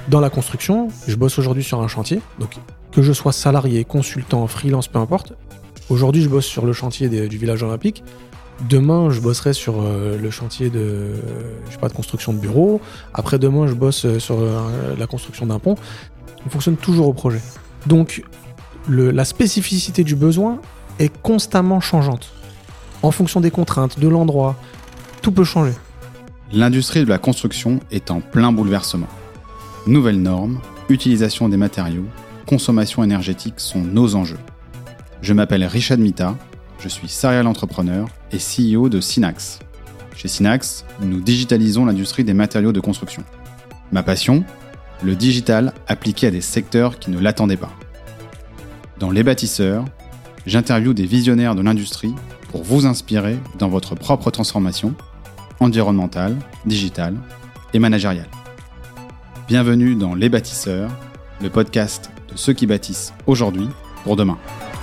Dans la construction, je bosse aujourd'hui sur un chantier, donc que je sois salarié, consultant, freelance, peu importe. Aujourd'hui, je bosse sur le chantier du village olympique. Demain, je bosserai sur le chantier de construction de bureaux. Après-demain, je bosse sur la construction d'un pont. On fonctionne toujours au projet. Donc, la spécificité du besoin est constamment changeante. En fonction des contraintes, de l'endroit, tout peut changer. L'industrie de la construction est en plein bouleversement. Nouvelles normes, utilisation des matériaux, consommation énergétique sont nos enjeux. Je m'appelle Richard Mita, je suis serial entrepreneur et CEO de Synax. Chez Synax, nous digitalisons l'industrie des matériaux de construction. Ma passion, le digital appliqué à des secteurs qui ne l'attendaient pas. Dans Les Bâtisseurs, j'interviewe des visionnaires de l'industrie pour vous inspirer dans votre propre transformation environnementale, digitale et managériale. Bienvenue dans Les Bâtisseurs, le podcast de ceux qui bâtissent aujourd'hui pour demain.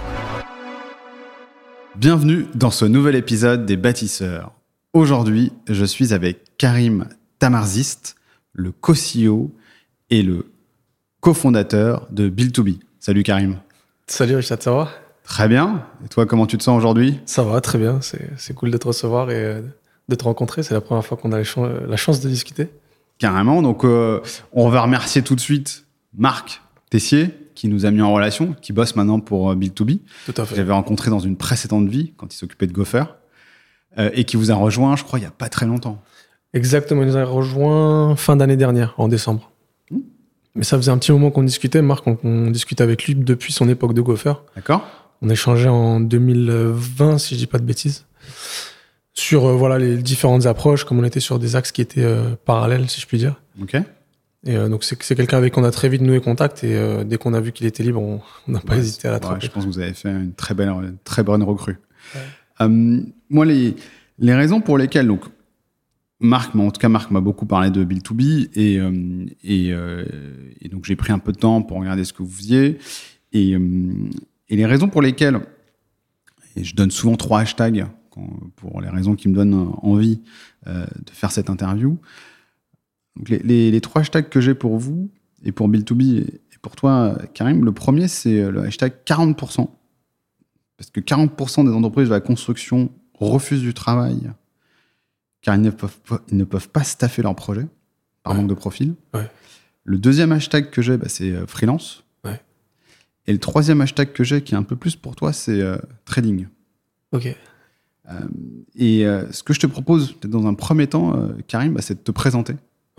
Bienvenue dans ce nouvel épisode des Bâtisseurs. Aujourd'hui, je suis avec Karim Tamarzist, le co-CEO et le cofondateur de Build2Be. Salut Karim. Salut Richard, ça va ? Très bien. Et toi, comment tu te sens aujourd'hui ? Ça va, très bien. C'est cool de te recevoir et de te rencontrer. C'est la première fois qu'on a la chance de discuter. Carrément. Donc, on va remercier tout de suite Marc Tessier, qui nous a mis en relation, qui bosse maintenant pour Build2Be. Tout à fait. J'avais rencontré dans une précédente vie, quand il s'occupait de Gopher, et qui vous a rejoint, je crois, il n'y a pas très longtemps. Exactement, il nous a rejoint fin d'année dernière, en décembre. Mais ça faisait un petit moment qu'on discutait. Marc, on discutait avec lui depuis son époque de Gopher. D'accord. On échangeait en 2020, si je dis pas de bêtises, sur les différentes approches, comme on était sur des axes qui étaient parallèles, si je puis dire. Ok. Et donc c'est quelqu'un avec qui on a très vite noué contact, et dès qu'on a vu qu'il était libre, on n'a pas hésité à l'attraper. Je pense que vous avez fait une très bonne recrue. Ouais. Moi, les raisons pour lesquelles, donc, Marc m'a beaucoup parlé de Build2Be, et donc j'ai pris un peu de temps pour regarder ce que vous faisiez, et les raisons pour lesquelles, et je donne souvent 3 hashtags pour les raisons qui me donnent envie de faire cette interview. Donc les 3 hashtags que j'ai pour vous et pour Build2Be et pour toi, Karim, le premier, c'est le hashtag 40%. Parce que 40% des entreprises de la construction refusent du travail car ils ne peuvent pas staffer leur projet par manque de profil. Ouais. Le Le deuxième hashtag que j'ai, c'est freelance. Ouais. Et le troisième hashtag que j'ai, qui est un peu plus pour toi, c'est trading. Ok. Et ce que je te propose, peut-être dans un premier temps, Karim, c'est de te présenter.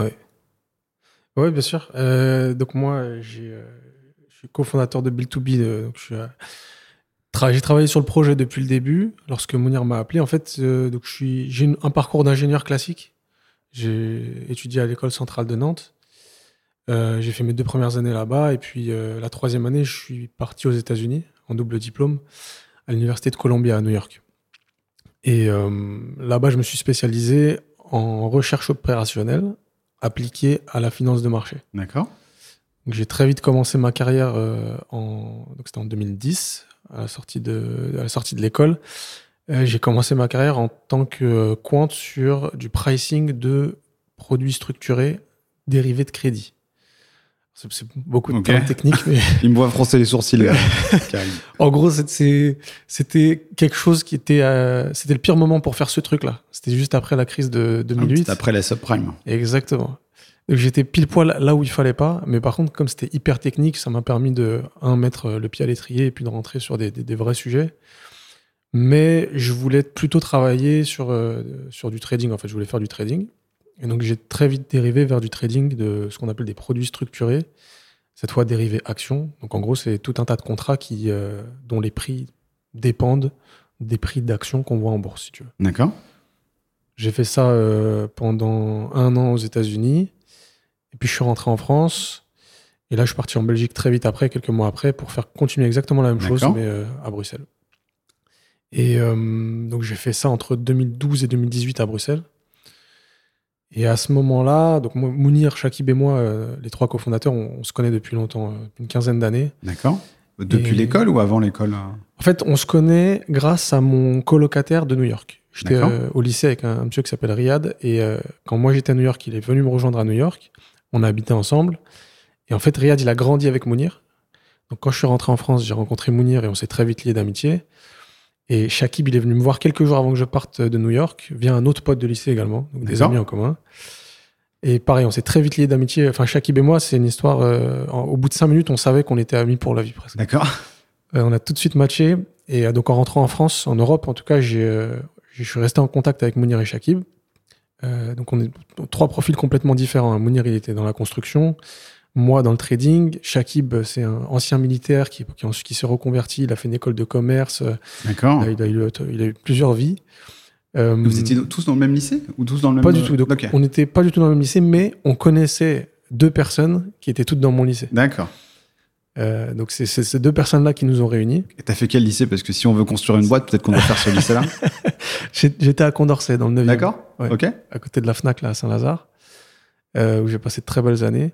Oui, bien sûr. Donc moi, je suis cofondateur de Build2Be. Donc j'ai travaillé sur le projet depuis le début. Lorsque Mounir m'a appelé, en fait, donc j'ai un parcours d'ingénieur classique. J'ai étudié à l'école centrale de Nantes. J'ai fait mes 2 premières années là-bas, et puis la 3e année, je suis parti aux États-Unis en double diplôme à l'université de Columbia à New York. Et là-bas, je me suis spécialisé en recherche opérationnelle appliquée à la finance de marché. D'accord. Donc, j'ai très vite commencé ma carrière donc c'était en 2010, à la sortie de l'école. J'ai commencé ma carrière en tant que quant sur du pricing de produits structurés dérivés de crédit. C'est beaucoup de termes techniques, mais Il me voit froncer les sourcils. Karim. en gros, c'était quelque chose qui était... c'était le pire moment pour faire ce truc-là. C'était juste après la crise de 2008. C'était après la subprime. Exactement. Donc, j'étais pile poil là où il fallait pas. Mais par contre, comme c'était hyper technique, ça m'a permis de, mettre le pied à l'étrier et puis de rentrer sur des vrais sujets. Mais je voulais plutôt travailler sur du trading. En fait, je voulais faire du trading. Et donc, j'ai très vite dérivé vers du trading de ce qu'on appelle des produits structurés, cette fois dérivés actions. Donc, en gros, c'est tout un tas de contrats dont les prix dépendent des prix d'actions qu'on voit en bourse, si tu veux. D'accord. J'ai fait ça pendant 1 an aux États-Unis. Et puis, je suis rentré en France. Et là, je suis parti en Belgique très vite après, quelques mois après, pour faire continuer exactement la même chose, mais à Bruxelles. Et donc, j'ai fait ça entre 2012 et 2018 à Bruxelles. Et à ce moment-là, donc Mounir, Chakib et moi, les 3 cofondateurs, on se connaît depuis longtemps, une 15aine d'années. D'accord. Depuis l'école ou avant l'école ? En fait, on se connaît grâce à mon colocataire de New York. J'étais au lycée avec un monsieur qui s'appelle Riyad, et quand moi j'étais à New York, il est venu me rejoindre à New York. On a habité ensemble. Et en fait, Riyad, il a grandi avec Mounir. Donc, quand je suis rentré en France, j'ai rencontré Mounir et on s'est très vite liés d'amitié. Et Shakib, il est venu me voir quelques jours avant que je parte de New York, via un autre pote de lycée également, donc des amis en commun. Et pareil, on s'est très vite liés d'amitié. Enfin, Shakib et moi, c'est une histoire... au bout de 5 minutes, on savait qu'on était amis pour la vie presque. D'accord. On a tout de suite matché. Et donc, en rentrant en France, en Europe, en tout cas, je suis resté en contact avec Mounir et Shakib. Donc, on est 3 profils complètement différents. Mounir, il était dans la construction. Moi, dans le trading. Shakib, c'est un ancien militaire qui s'est reconverti. Il a fait une école de commerce. D'accord. Il a eu plusieurs vies. Vous étiez tous dans le même lycée ou tous dans le même... Pas du tout. Donc, on n'était pas du tout dans le même lycée, mais on connaissait 2 personnes qui étaient toutes dans mon lycée. D'accord. Donc, c'est ces 2 personnes-là qui nous ont réunis. Et t'as fait quel lycée? Parce que si on veut construire une boîte, peut-être qu'on doit faire ce lycée-là. J'étais à Condorcet, dans le 9e. D'accord. Ouais, Ok. à côté de la FNAC, là, à Saint-Lazare, où j'ai passé de très belles années.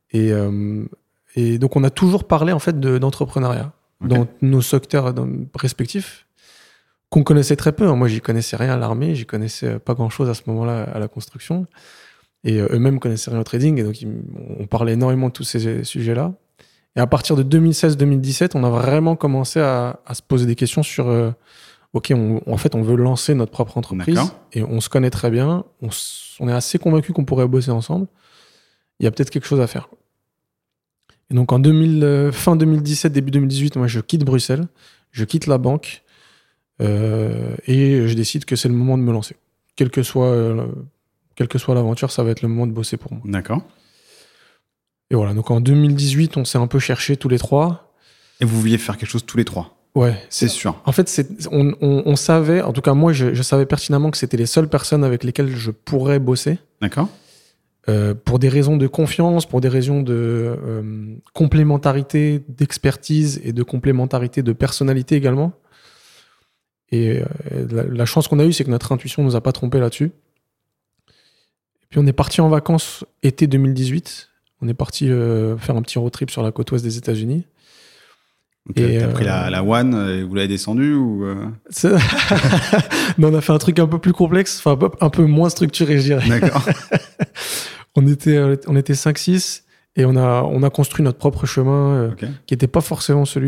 Et donc, on a toujours parlé, en fait, d'entrepreneuriat dans nos secteurs respectifs, qu'on connaissait très peu. Moi, j'y connaissais rien à l'armée, j'y connaissais pas grand-chose à ce moment-là à la construction. Et eux-mêmes connaissaient rien au trading. Et donc, on parlait énormément de tous ces sujets-là. Et à partir de 2016-2017, on a vraiment commencé à se poser des questions sur... OK, en fait, on veut lancer notre propre entreprise. D'accord. Et on se connaît très bien. On est assez convaincus qu'on pourrait bosser ensemble. Il y a peut-être quelque chose à faire. Et donc, fin 2017, début 2018, moi, je quitte Bruxelles. Je quitte la banque. Et je décide que c'est le moment de me lancer. Quelle que soit l'aventure, ça va être le moment de bosser pour moi. D'accord. Et voilà, donc en 2018, on s'est un peu cherchés tous les 3. Et vous vouliez faire quelque chose tous les 3? Ouais. C'est sûr. En fait, on savait, en tout cas moi, je savais pertinemment que c'était les seules personnes avec lesquelles je pourrais bosser. D'accord. Pour des raisons de confiance, pour des raisons de complémentarité, d'expertise et de complémentarité de personnalité également. Et la chance qu'on a eue, c'est que notre intuition ne nous a pas trompés là-dessus. Et puis on est parti en vacances été 2018. On est parti faire un petit road trip sur la côte ouest des États-Unis. Okay, t'as pris la One et vous l'avez descendu ou Non, on a fait un truc un peu plus complexe, enfin un peu moins structuré, je dirais. D'accord. on était 5-6 et on a construit notre propre chemin qui n'était pas forcément celui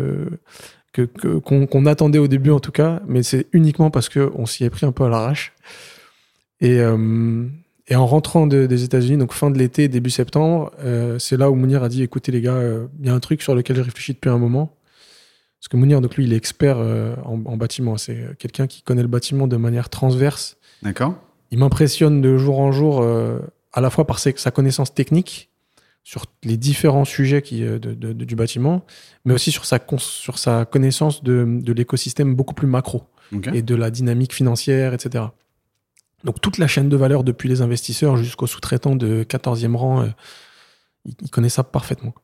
qu'on attendait au début en tout cas, mais c'est uniquement parce qu'on s'y est pris un peu à l'arrache. Et en rentrant des États-Unis, donc fin de l'été, début septembre, c'est là où Mounir a dit, écoutez les gars, il y a un truc sur lequel je réfléchis depuis un moment. Parce que Mounir, donc lui, il est expert en bâtiment. C'est quelqu'un qui connaît le bâtiment de manière transverse. D'accord. Il m'impressionne de jour en jour, à la fois par sa connaissance technique sur les différents sujets du bâtiment, mais aussi sur sa connaissance de l'écosystème beaucoup plus macro et de la dynamique financière, etc. Donc toute la chaîne de valeur depuis les investisseurs jusqu'aux sous-traitants de 14e rang, il connaît ça parfaitement.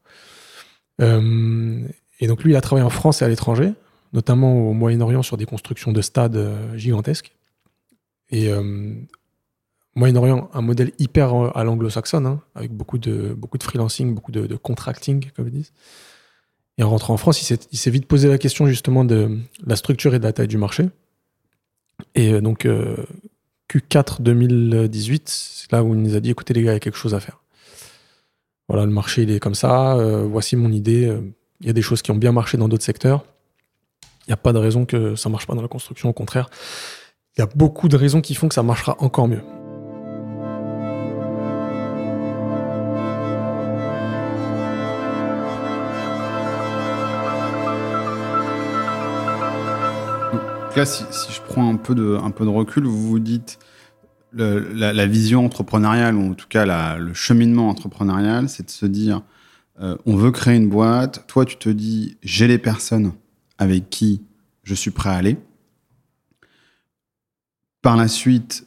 Et donc lui, il a travaillé en France et à l'étranger, notamment au Moyen-Orient sur des constructions de stades gigantesques. Et Moyen-Orient, un modèle hyper à l'anglo-saxonne, avec beaucoup de freelancing, beaucoup de contracting, comme ils disent. Et en rentrant en France, il s'est vite posé la question justement de la structure et de la taille du marché. Et donc... Q4 2018, c'est là où il nous a dit, écoutez les gars, il y a quelque chose à faire. Voilà, le marché, il est comme ça, voici mon idée. Il y a des choses qui ont bien marché dans d'autres secteurs. Il n'y a pas de raison que ça ne marche pas dans la construction, au contraire. Il y a beaucoup de raisons qui font que ça marchera encore mieux. Là, si je prends un peu de recul, vous vous dites la vision entrepreneuriale, ou en tout cas le cheminement entrepreneurial, c'est de se dire on veut créer une boîte. Toi, tu te dis j'ai les personnes avec qui je suis prêt à aller. Par la suite,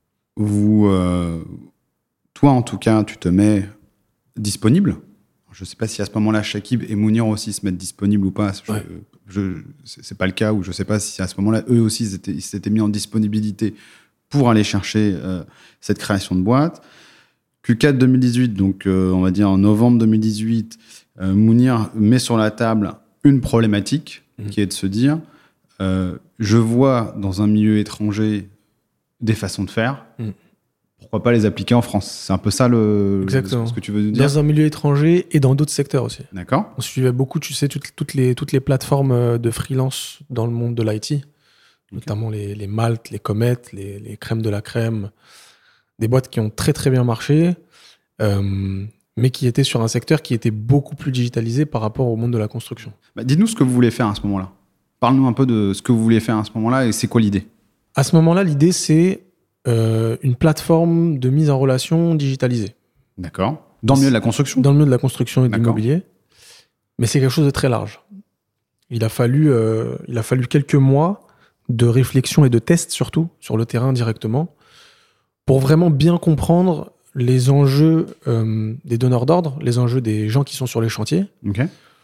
toi en tout cas, tu te mets disponible. Je ne sais pas si à ce moment-là, Shakib et Mounir aussi se mettent disponibles ou pas. Ouais. C'est pas le cas, ou je ne sais pas si à ce moment-là, eux aussi, ils s'étaient mis en disponibilité pour aller chercher cette création de boîte. Q4 2018, donc on va dire en novembre 2018, Mounir met sur la table une problématique qui est de se dire je vois dans un milieu étranger des façons de faire. pourquoi pas les appliquer en France? C'est un peu ça Exactement. ce que tu veux nous dire? Dans un milieu étranger et dans d'autres secteurs aussi. D'accord. On suivait beaucoup, tu sais, toutes les plateformes de freelance dans le monde de l'IT, notamment les Malte, les Comet, les crèmes de la crème, des boîtes qui ont très très bien marché, mais qui étaient sur un secteur qui était beaucoup plus digitalisé par rapport au monde de la construction. Dites-nous ce que vous voulez faire à ce moment-là. Parle-nous un peu de ce que vous voulez faire à ce moment-là et c'est quoi l'idée? À ce moment-là, l'idée, c'est une plateforme de mise en relation digitalisée. D'accord. Dans le milieu de la construction? Dans le milieu de la construction et de D'accord. l'immobilier. Mais c'est quelque chose de très large. Il a fallu quelques mois de réflexion et de tests, surtout, sur le terrain directement, pour vraiment bien comprendre les enjeux des donneurs d'ordre, les enjeux des gens qui sont sur les chantiers. Ok.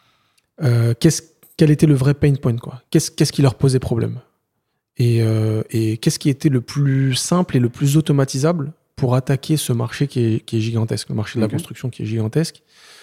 Quel était le vrai pain point, quoi. Qu'est-ce qui leur posait problème? Et qu'est-ce qui était le plus simple et le plus automatisable pour attaquer ce marché qui est gigantesque, le marché de la construction qui est gigantesque.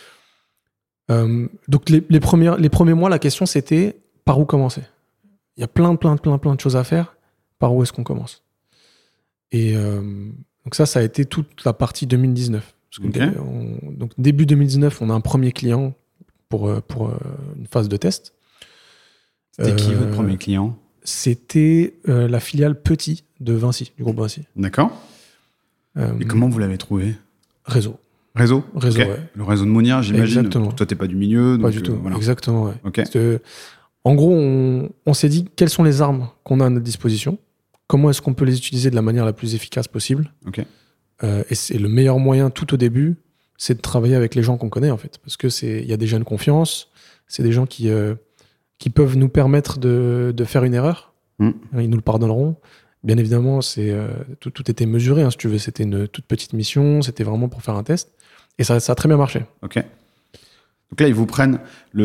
Donc les premiers mois, la question c'était par où commencer? Il y a plein de choses à faire. Par où est-ce qu'on commence? Et donc ça a été toute la partie 2019. Parce que donc début 2019, on a un premier client pour une phase de test. C'était qui votre premier client? C'était la filiale Petit de Vinci, du groupe Vinci. D'accord. Et comment vous l'avez trouvé? Réseau, okay. ouais. Le réseau de Mounir, j'imagine. Exactement. Toi, t'es pas du milieu. Donc, pas du tout. Voilà. Exactement, ouais. Okay. En gros, on s'est dit quelles sont les armes qu'on a à notre disposition, comment est-ce qu'on peut les utiliser de la manière la plus efficace possible. Okay. Et c'est le meilleur moyen tout au début, c'est de travailler avec les gens qu'on connaît en fait, parce que il y a des gens de confiance, c'est des gens qui peuvent nous permettre de faire une erreur. Ils nous le pardonneront. Bien évidemment, tout était mesuré, hein, si tu veux. C'était une toute petite mission, c'était vraiment pour faire un test. Et ça a très bien marché. Ok. Donc là, ils vous prennent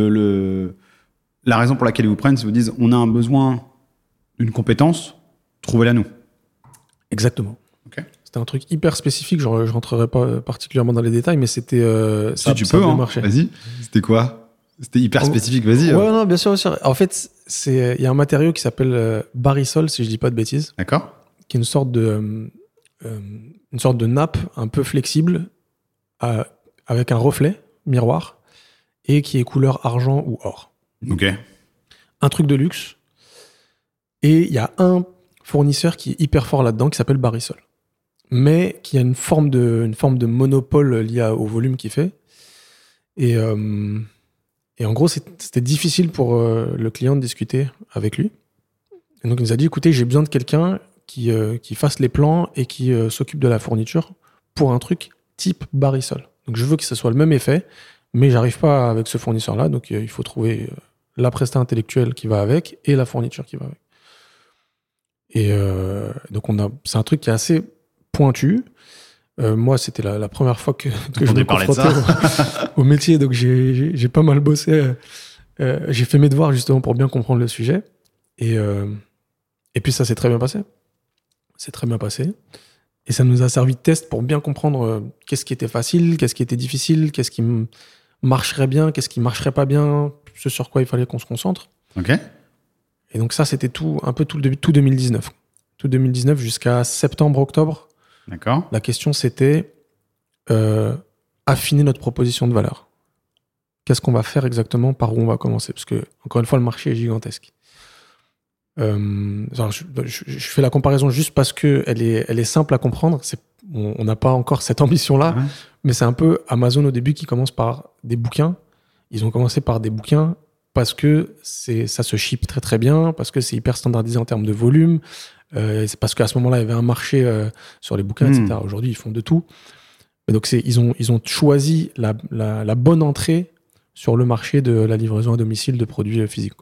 la raison pour laquelle ils vous prennent, c'est qu'ils vous disent on a un besoin d'une compétence, trouvez-la nous. Exactement. Ok. C'était un truc hyper spécifique, je rentrerai pas particulièrement dans les détails, mais c'était ça a bien marché. Vas-y. C'était quoi? C'était hyper spécifique, vas-y. Ouais, non, bien sûr, bien sûr. En fait, il y a un matériau qui s'appelle Barisol, si je dis pas de bêtises. D'accord. Qui est une sorte de nappe un peu flexible avec un reflet miroir et qui est couleur argent ou or. Ok. Un truc de luxe. Et il y a un fournisseur qui est hyper fort là-dedans qui s'appelle Barisol, mais qui a une forme de monopole liée au volume qu'il fait. Et en gros, c'était difficile pour le client de discuter avec lui. Et donc, il nous a dit, écoutez, j'ai besoin de quelqu'un qui fasse les plans et qui s'occupe de la fourniture pour un truc type Barisol. Donc, je veux que ce soit le même effet, mais j'arrive pas avec ce fournisseur-là. Donc, il faut trouver la presta intellectuelle qui va avec et la fourniture qui va avec. Et donc, c'est un truc qui est assez pointu. Moi, c'était la première fois que je me confrontais au métier, donc j'ai pas mal bossé. J'ai fait mes devoirs justement pour bien comprendre le sujet. Et puis ça s'est très bien passé. C'est très bien passé. Et ça nous a servi de test pour bien comprendre qu'est-ce qui était facile, qu'est-ce qui était difficile, qu'est-ce qui marcherait bien, qu'est-ce qui marcherait pas bien, ce sur quoi il fallait qu'on se concentre. Ok. Et donc ça, c'était un peu tout le début, tout 2019. Tout 2019 jusqu'à septembre-octobre. D'accord. La question, c'était affiner notre proposition de valeur. Qu'est-ce qu'on va faire exactement? Par où on va commencer? Parce que, encore une fois, le marché est gigantesque. Je fais la comparaison juste parce qu'elle est simple à comprendre. On n'a pas encore cette ambition-là, mais c'est un peu Amazon au début qui commence par des bouquins. Ils ont commencé par des bouquins parce que ça se ship très très bien, parce que c'est hyper standardisé en termes de volume. C'est parce qu'à ce moment-là, il y avait un marché sur les bouquins, etc. Aujourd'hui, ils font de tout. Mais donc, ils ont choisi la bonne entrée sur le marché de la livraison à domicile de produits physiques.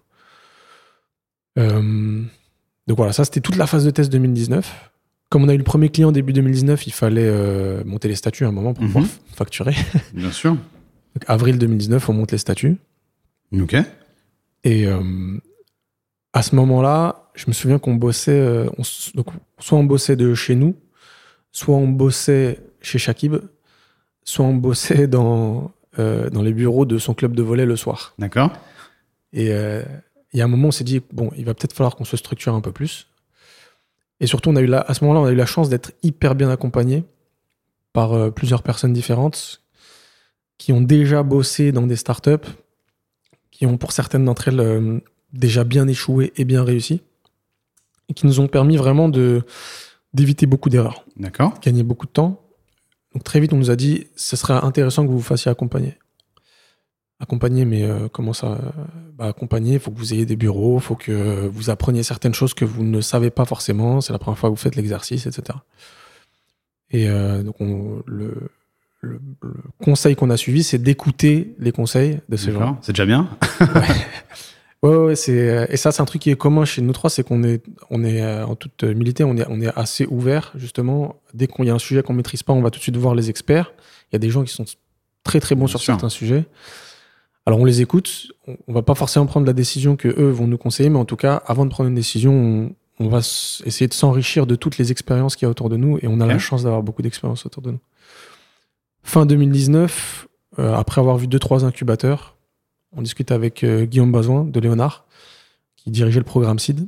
Donc voilà, ça, c'était toute la phase de test 2019. Comme on a eu le premier client début 2019, il fallait monter les statuts à un moment pour pouvoir facturer. Bien sûr. Donc, avril 2019, on monte les statuts. Ok. Et à ce moment-là, je me souviens qu'on bossait, donc, soit on bossait de chez nous, soit on bossait chez Shakib, soit on bossait dans les bureaux de son club de volley le soir. D'accord. Et il y a un moment, on s'est dit, bon, il va peut-être falloir qu'on se structure un peu plus. Et surtout, à ce moment-là, on a eu la chance d'être hyper bien accompagnés par plusieurs personnes différentes qui ont déjà bossé dans des startups, qui ont pour certaines d'entre elles déjà bien échoué et bien réussi, et qui nous ont permis vraiment d'éviter beaucoup d'erreurs. D'accord. Gagner beaucoup de temps. Donc très vite, on nous a dit, ce serait intéressant que vous vous fassiez accompagner. Accompagner, mais comment ça accompagner, il faut que vous ayez des bureaux, il faut que vous appreniez certaines choses que vous ne savez pas forcément, c'est la première fois que vous faites l'exercice, etc. Et donc le conseil qu'on a suivi, c'est d'écouter les conseils de ces gens. C'est déjà bien. Ouais, et ça, c'est un truc qui est commun chez nous trois, c'est qu'on est en toute humilité, on est assez ouvert, justement. Dès qu'il y a un sujet qu'on maîtrise pas, on va tout de suite voir les experts. Il y a des gens qui sont très très bons sur certains sujets. Alors on les écoute, on va pas forcément prendre la décision que eux vont nous conseiller, mais en tout cas, avant de prendre une décision, on va essayer de s'enrichir de toutes les expériences qu'il y a autour de nous, et on a la chance d'avoir beaucoup d'expériences autour de nous. Fin 2019, après avoir vu 2-3 incubateurs, on discute avec Guillaume Bazoin de Léonard, qui dirigeait le programme SEED,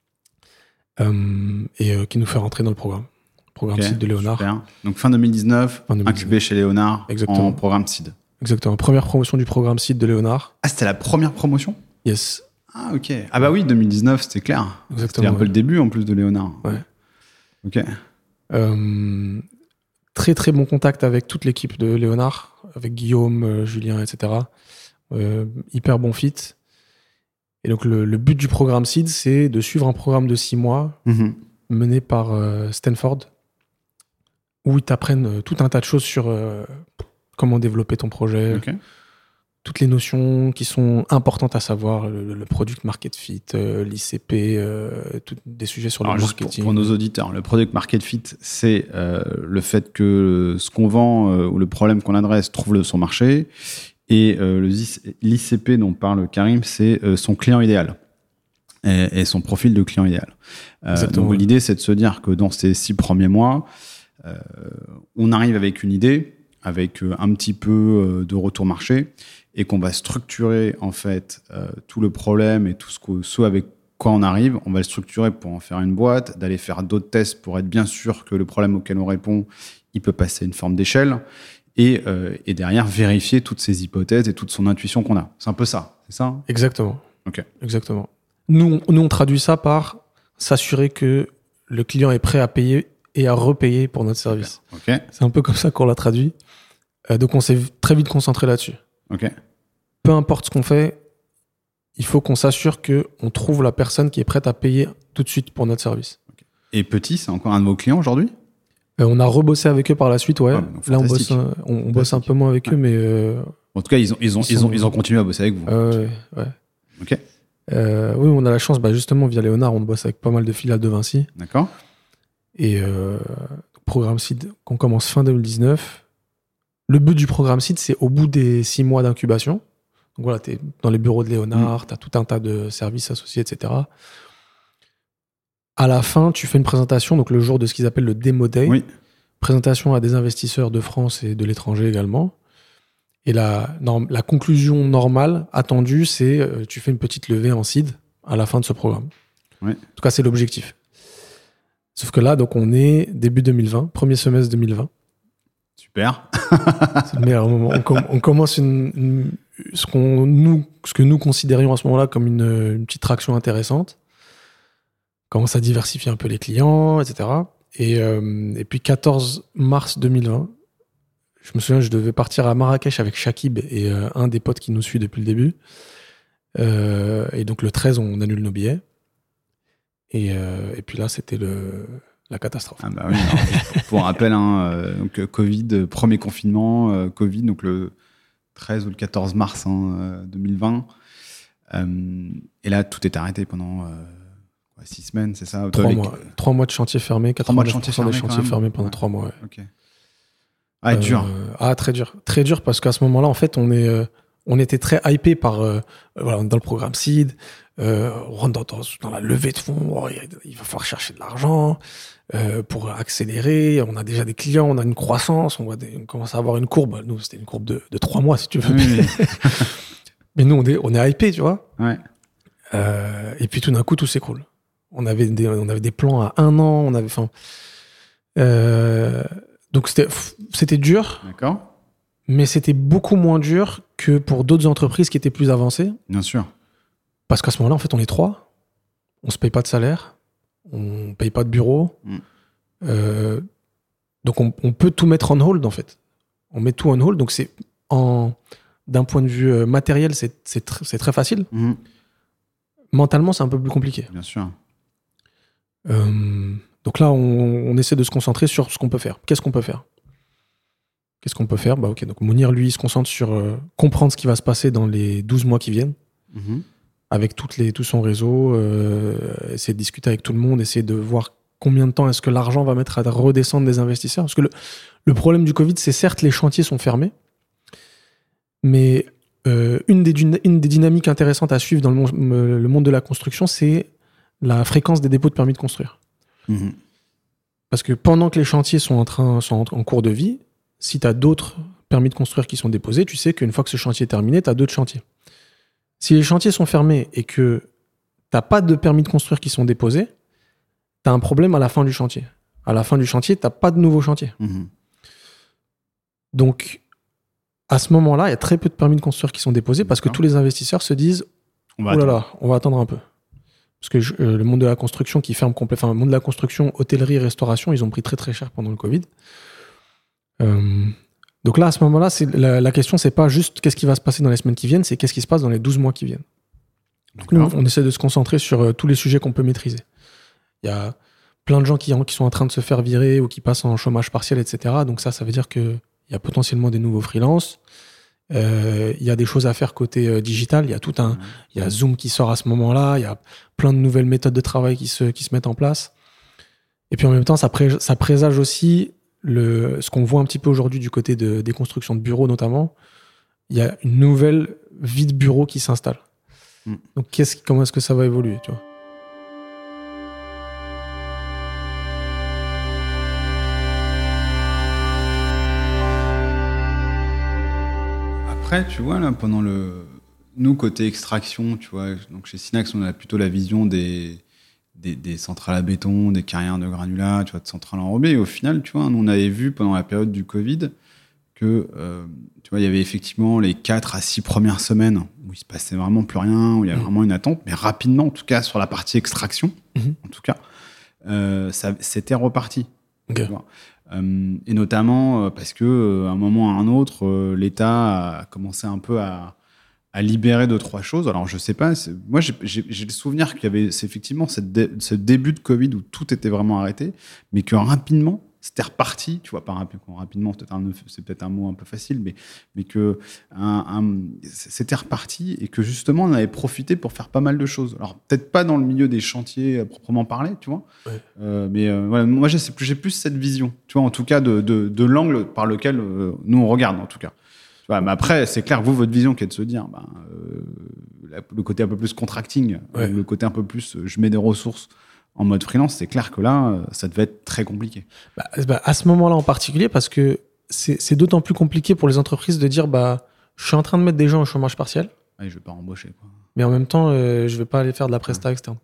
et qui nous fait rentrer dans le programme SEED de Léonard. Super. Donc fin 2019, incubé chez Léonard. Exactement. En programme SEED. Exactement. Première promotion du programme SEED de Léonard. Ah, c'était la première promotion ? Yes. Ah, ok. Ah bah oui, 2019, c'était clair. Exactement. C'était un peu le début, en plus, de Léonard. Ouais. Ok. Très, très bon contact avec toute l'équipe de Léonard, avec Guillaume, Julien, etc. Hyper bon fit. Et donc, le but du programme SEED, c'est de suivre un programme de 6 mois mené par Stanford, où ils t'apprennent tout un tas de choses sur comment développer ton projet, toutes les notions qui sont importantes à savoir, le product market fit, l'ICP, des sujets sur le marketing. Pour nos auditeurs, le product market fit, c'est le fait que ce qu'on vend ou le problème qu'on adresse trouve son marché. Et l'ICP dont parle Karim, c'est son client idéal et son profil de client idéal. Donc l'idée, c'est de se dire que dans ces 6 premiers mois, on arrive avec une idée, avec un petit peu de retour marché, et qu'on va structurer en fait tout le problème et tout ce avec quoi on arrive. On va le structurer pour en faire une boîte, d'aller faire d'autres tests pour être bien sûr que le problème auquel on répond, il peut passer une forme d'échelle. Et derrière, vérifier toutes ces hypothèses et toute son intuition qu'on a. C'est un peu ça, c'est ça ? Exactement. Ok. Exactement. Nous, on traduit ça par s'assurer que le client est prêt à payer et à repayer pour notre service. Okay. C'est un peu comme ça qu'on l'a traduit. Donc, on s'est très vite concentré là-dessus. Ok. Peu importe ce qu'on fait, il faut qu'on s'assure qu'on trouve la personne qui est prête à payer tout de suite pour notre service. Okay. Et Petit, c'est encore un de vos clients aujourd'hui ? On a rebossé avec eux par la suite, ouais. Là, on bosse un peu moins avec eux, mais... En tout cas, ils ont continué à bosser avec vous. Ouais. Ok. Oui, on a la chance, justement, via Léonard, on bosse avec pas mal de filiales de Vinci. D'accord. Et programme SEED qu'on commence fin 2019. Le but du programme SEED, c'est au bout des 6 mois d'incubation. Donc voilà, t'es dans les bureaux de Léonard, t'as tout un tas de services associés, etc. À la fin, tu fais une présentation, donc le jour de ce qu'ils appellent le Demo Day. Oui. Présentation à des investisseurs de France et de l'étranger également. Et la conclusion normale, attendue, c'est tu fais une petite levée en seed à la fin de ce programme. Oui. En tout cas, c'est l'objectif. Sauf que là, donc, on est début 2020, premier semestre 2020. Super. C'est le meilleur moment. On commence ce que nous considérions à ce moment-là comme une petite traction intéressante. On commence à diversifier un peu les clients, etc. Et puis 14 mars 2020, je me souviens, je devais partir à Marrakech avec Shakib et un des potes qui nous suit depuis le début. Et donc le 13, on annule nos billets. Et puis là, c'était la catastrophe. Ah bah oui, alors, pour rappel, donc Covid, premier confinement, Covid, donc le 13 ou le 14 mars 2020. Et là, tout est arrêté pendant 6 semaines, c'est ça ? 3 mois. 3 mois de chantier fermé, 80% des chantiers fermés pendant 3 mois. Ouais. Ok. Ah, dur. Très dur. Très dur parce qu'à ce moment-là, en fait, on était très hypé par dans le programme SEED. On rentre dans la levée de fonds. Il va falloir chercher de l'argent pour accélérer. On a déjà des clients, on a une croissance. On commence à avoir une courbe. Nous, c'était une courbe de 3 mois, si tu veux. Oui. Mais nous, on est hypé, tu vois. Ouais. Et puis tout d'un coup, tout s'écroule. On avait des plans à 1 an. Donc c'était dur. D'accord. Mais c'était beaucoup moins dur que pour d'autres entreprises qui étaient plus avancées. Bien sûr. Parce qu'à ce moment-là, en fait, on est 3. On se paye pas de salaire. On paye pas de bureau. Donc, on peut tout mettre on hold, en fait. On met tout on hold. Donc, d'un point de vue matériel, c'est très facile. Mentalement, c'est un peu plus compliqué. Bien sûr. Donc là, on essaie de se concentrer sur ce qu'on peut faire. Qu'est-ce qu'on peut faire ? Ok. Donc Mounir, lui, il se concentre sur comprendre ce qui va se passer dans les 12 mois qui viennent, avec tout son réseau, essayer de discuter avec tout le monde, essayer de voir combien de temps est-ce que l'argent va mettre à redescendre des investisseurs. Parce que le problème du Covid, c'est certes les chantiers sont fermés, mais une des dynamiques intéressantes à suivre dans le monde de la construction, c'est la fréquence des dépôts de permis de construire. Parce que pendant que les chantiers sont en cours de vie, si tu as d'autres permis de construire qui sont déposés, tu sais qu'une fois que ce chantier est terminé, tu as d'autres chantiers. Si les chantiers sont fermés et que tu n'as pas de permis de construire qui sont déposés, tu as un problème à la fin du chantier. À la fin du chantier, tu n'as pas de nouveaux chantiers. Donc, à ce moment-là, il y a très peu de permis de construire qui sont déposés parce que tous les investisseurs se disent « Oh là là, on va attendre un peu ». Parce que le monde de la construction qui ferme complètement, le monde de la construction, hôtellerie, restauration, ils ont pris très très cher pendant le Covid. Donc là, à ce moment-là, la question, c'est pas juste qu'est-ce qui va se passer dans les semaines qui viennent, c'est qu'est-ce qui se passe dans les 12 mois qui viennent. Donc nous, on essaie de se concentrer sur tous les sujets qu'on peut maîtriser. Il y a plein de gens qui sont en train de se faire virer ou qui passent en chômage partiel, etc. Donc ça veut dire qu'il y a potentiellement des nouveaux freelances. Il y a des choses à faire côté digital. Il y a Zoom qui sort à ce moment-là. Il y a plein de nouvelles méthodes de travail qui se mettent en place. Et puis en même temps, ça présage aussi ce qu'on voit un petit peu aujourd'hui du côté des constructions de bureaux notamment. Il y a une nouvelle vie de bureau qui s'installe. Donc comment est-ce que ça va évoluer, tu vois ? Après, tu vois, là, nous, côté extraction, tu vois, donc chez Synax, on a plutôt la vision des centrales à béton, des carrières de granulats, tu vois, de centrales enrobées. Et au final, tu vois, nous, on avait vu pendant la période du Covid que, tu vois, il y avait effectivement les 4 à 6 premières semaines où il se passait vraiment plus rien, où il y avait vraiment une attente, mais rapidement, en tout cas, sur la partie extraction, en tout cas, c'était reparti. Okay. Tu vois. Et notamment parce que, à un moment ou à un autre, l'État a commencé un peu à libérer 2-3 choses. Alors, je sais pas, moi, j'ai le souvenir qu'il y avait effectivement ce début de Covid où tout était vraiment arrêté, mais que rapidement, c'était reparti, tu vois, pas rapidement, c'est peut-être un mot un peu facile, mais que c'était reparti et que justement, on avait profité pour faire pas mal de choses. Alors, peut-être pas dans le milieu des chantiers à proprement parler, tu vois, mais voilà, moi, j'ai plus cette vision, tu vois, en tout cas, de l'angle par lequel nous, on regarde, en tout cas. Mais après, c'est clair, votre vision qui est de se dire, le côté un peu plus contracting, le côté un peu plus, je mets des ressources en mode freelance, c'est clair que là, ça devait être très compliqué. À ce moment-là en particulier, parce que c'est d'autant plus compliqué pour les entreprises de dire, je suis en train de mettre des gens au chômage partiel. Je vais pas embaucher, quoi. Mais en même temps, je vais pas aller faire de la presta externe.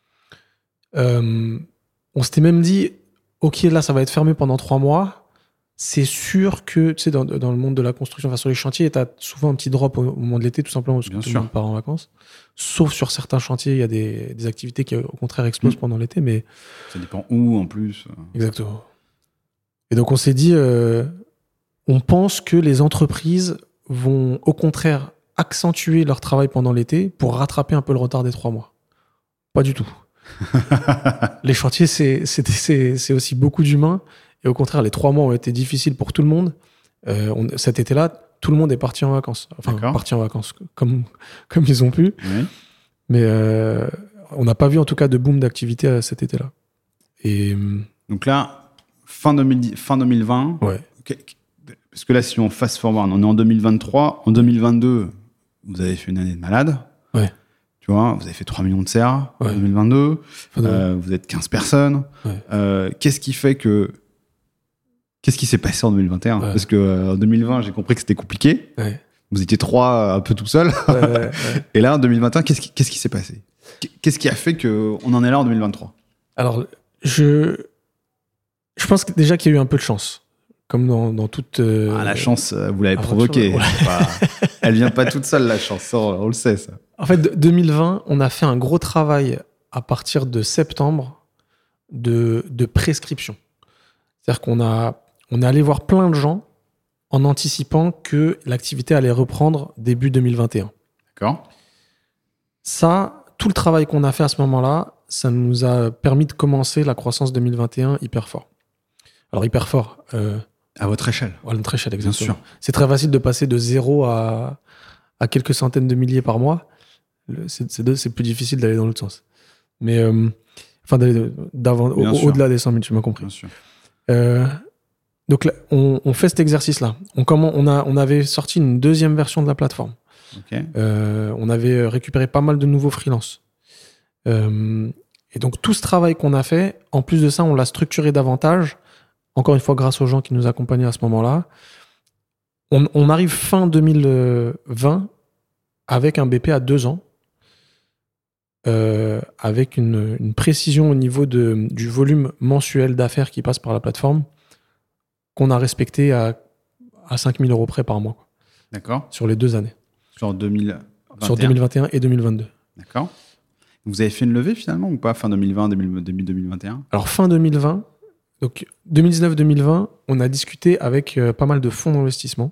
On s'était même dit, ok, là, ça va être fermé pendant 3 mois. C'est sûr que, tu sais, dans le monde de la construction, sur les chantiers, tu as souvent un petit drop au moment de l'été, tout simplement, parce que tout le monde part en vacances. Sauf sur certains chantiers, il y a des activités qui, au contraire, explosent pendant l'été, mais... Ça dépend où, en plus. Exactement. Et donc, on s'est dit, on pense que les entreprises vont, au contraire, accentuer leur travail pendant l'été pour rattraper un peu le retard des 3 mois. Pas du tout. Les chantiers, c'est aussi beaucoup d'humains. Et au contraire, les 3 mois ont été difficiles pour tout le monde. Cet été-là, tout le monde est parti en vacances. Enfin, parti en vacances, comme ils ont pu. Oui. Mais on n'a pas vu, en tout cas, de boom d'activité cet été-là. Et... Donc là, fin 2020... Ouais. Parce que là, si on fast forward, on est en 2023. En 2022, vous avez fait une année de malade. Ouais. Tu vois, vous avez fait 3 millions de serres en 2022. Vous êtes 15 personnes. Ouais. Qu'est-ce qui s'est passé en 2021 ? Parce que en 2020, j'ai compris que c'était compliqué. Ouais. Vous étiez 3 un peu tout seul. Ouais. Et là, en 2021, qu'est-ce qui s'est passé? Qu'est-ce qui a fait qu'on en est là en 2023? Alors, je pense que déjà qu'il y a eu un peu de chance. Comme dans toute... La chance, vous l'avez provoquée. Ouais. Elle vient pas toute seule, la chance. On le sait, ça. En fait, 2020, on a fait un gros travail à partir de septembre de prescription. C'est-à-dire on est allé voir plein de gens en anticipant que l'activité allait reprendre début 2021. D'accord. Ça, tout le travail qu'on a fait à ce moment-là, ça nous a permis de commencer la croissance 2021 hyper fort. Alors, hyper fort. À votre échelle. À notre échelle, Bien exactement. sûr. C'est très facile de passer de 0 à quelques centaines de milliers par mois. C'est plus difficile d'aller dans l'autre sens. Mais, d'aller au-delà des 100 000, tu m'as compris. Bien sûr. Donc, là, on fait cet exercice-là. On avait sorti une deuxième version de la plateforme. Okay. On avait récupéré pas mal de nouveaux freelances. Et donc, tout ce travail qu'on a fait, en plus de ça, on l'a structuré davantage. Encore une fois, grâce aux gens qui nous accompagnaient à ce moment-là. On arrive fin 2020 avec un BP à 2 ans, avec une précision au niveau du volume mensuel d'affaires qui passe par la plateforme qu'on a respecté à 5 000 € près par mois. D'accord. Sur les 2 années. Sur 2021. Sur 2021 et 2022. D'accord. Vous avez fait une levée finalement ou pas, fin 2020, 2021? Alors, fin 2020, donc 2019-2020, on a discuté avec pas mal de fonds d'investissement.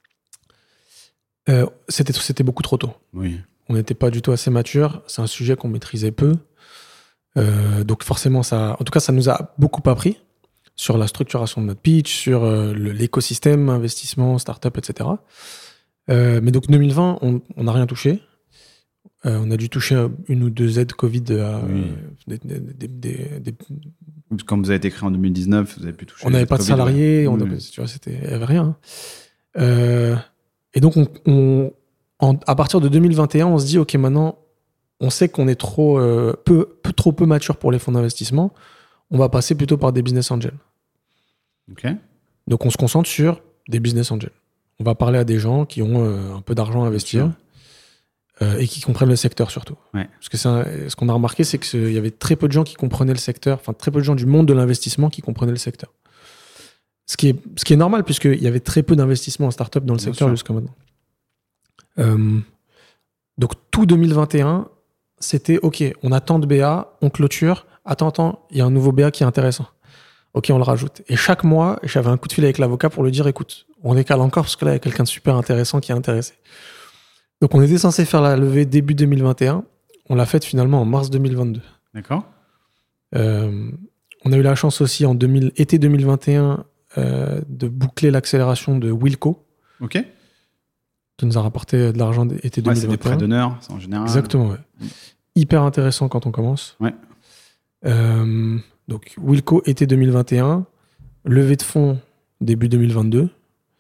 C'était beaucoup trop tôt. Oui. On n'était pas du tout assez mature. C'est un sujet qu'on maîtrisait peu. Donc forcément, ça nous a beaucoup appris sur la structuration de notre pitch, sur l'écosystème, investissement, start-up, etc. Mais donc 2020, on n'a rien touché. On a dû toucher 1 ou 2 aides Covid. Quand vous avez été créé en 2019, vous avez pu toucher. On n'avait pas de salariés, tu vois, il n'y avait rien. Et donc, à partir de 2021, on se dit, OK, maintenant, on sait qu'on est trop peu mature pour les fonds d'investissement. On va passer plutôt par des business angels. Okay. Donc, on se concentre sur des business angels. On va parler à des gens qui ont un peu d'argent à investir et qui comprennent le secteur surtout. Ouais. Parce que ce qu'on a remarqué, c'est qu'il y avait très peu de gens qui comprenaient le secteur, enfin très peu de gens du monde de l'investissement qui comprenaient le secteur. Ce qui est normal, puisqu'il y avait très peu d'investissements en start-up dans le secteur jusqu'à maintenant. Donc tout 2021, c'était OK, on a tant de BA, on clôture. Attends, il y a un nouveau BA qui est intéressant. OK, on le rajoute. Et chaque mois, j'avais un coup de fil avec l'avocat pour lui dire, écoute, on décale encore parce que là, il y a quelqu'un de super intéressant qui est intéressé. Donc on était censé faire la levée début 2021. On l'a faite finalement en mars 2022. D'accord. On a eu la chance aussi en été 2021 de boucler l'accélération de Wilco. OK. Qui nous a rapporté de l'argent été 2021. C'est des prêts d'honneur, c'est en général. Exactement, ouais. Hyper intéressant quand on commence. Ouais. Donc, Wilco, été 2021, levée de fonds début 2022.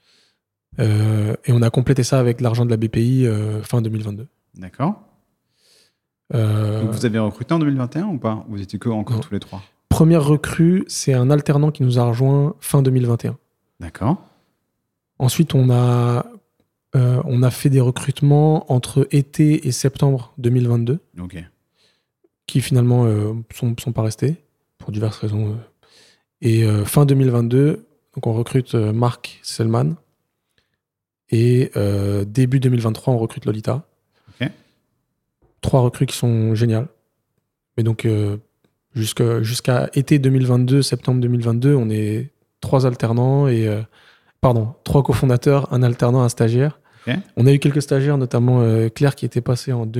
Et on a complété ça avec l'argent de la BPI fin 2022. D'accord. Donc vous avez recruté en 2021 ou pas? Vous étiez encore tous les 3? Première recrue, c'est un alternant qui nous a rejoint fin 2021. D'accord. Ensuite, on a fait des recrutements entre été et septembre 2022. OK. Qui finalement sont pas restés pour diverses raisons. Et fin 2022, donc on recrute Marc Selman. Et début 2023, on recrute Lolita. OK. 3 recrues qui sont géniales. Mais donc, jusqu'à été 2022, septembre 2022, on est 3 alternants et... 3 cofondateurs, un alternant, un stagiaire. Okay. On a eu quelques stagiaires, notamment Claire qui était passée en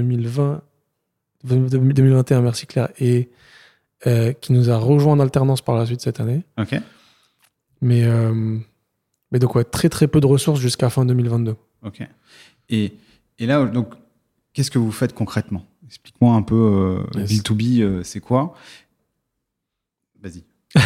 2021, merci Claire, et qui nous a rejoint en alternance par la suite cette année. OK. Mais donc, ouais, très très peu de ressources jusqu'à fin 2022. OK. Et là, donc, qu'est-ce que vous faites concrètement? Explique-moi un peu, B2B, c'est quoi? Vas-y.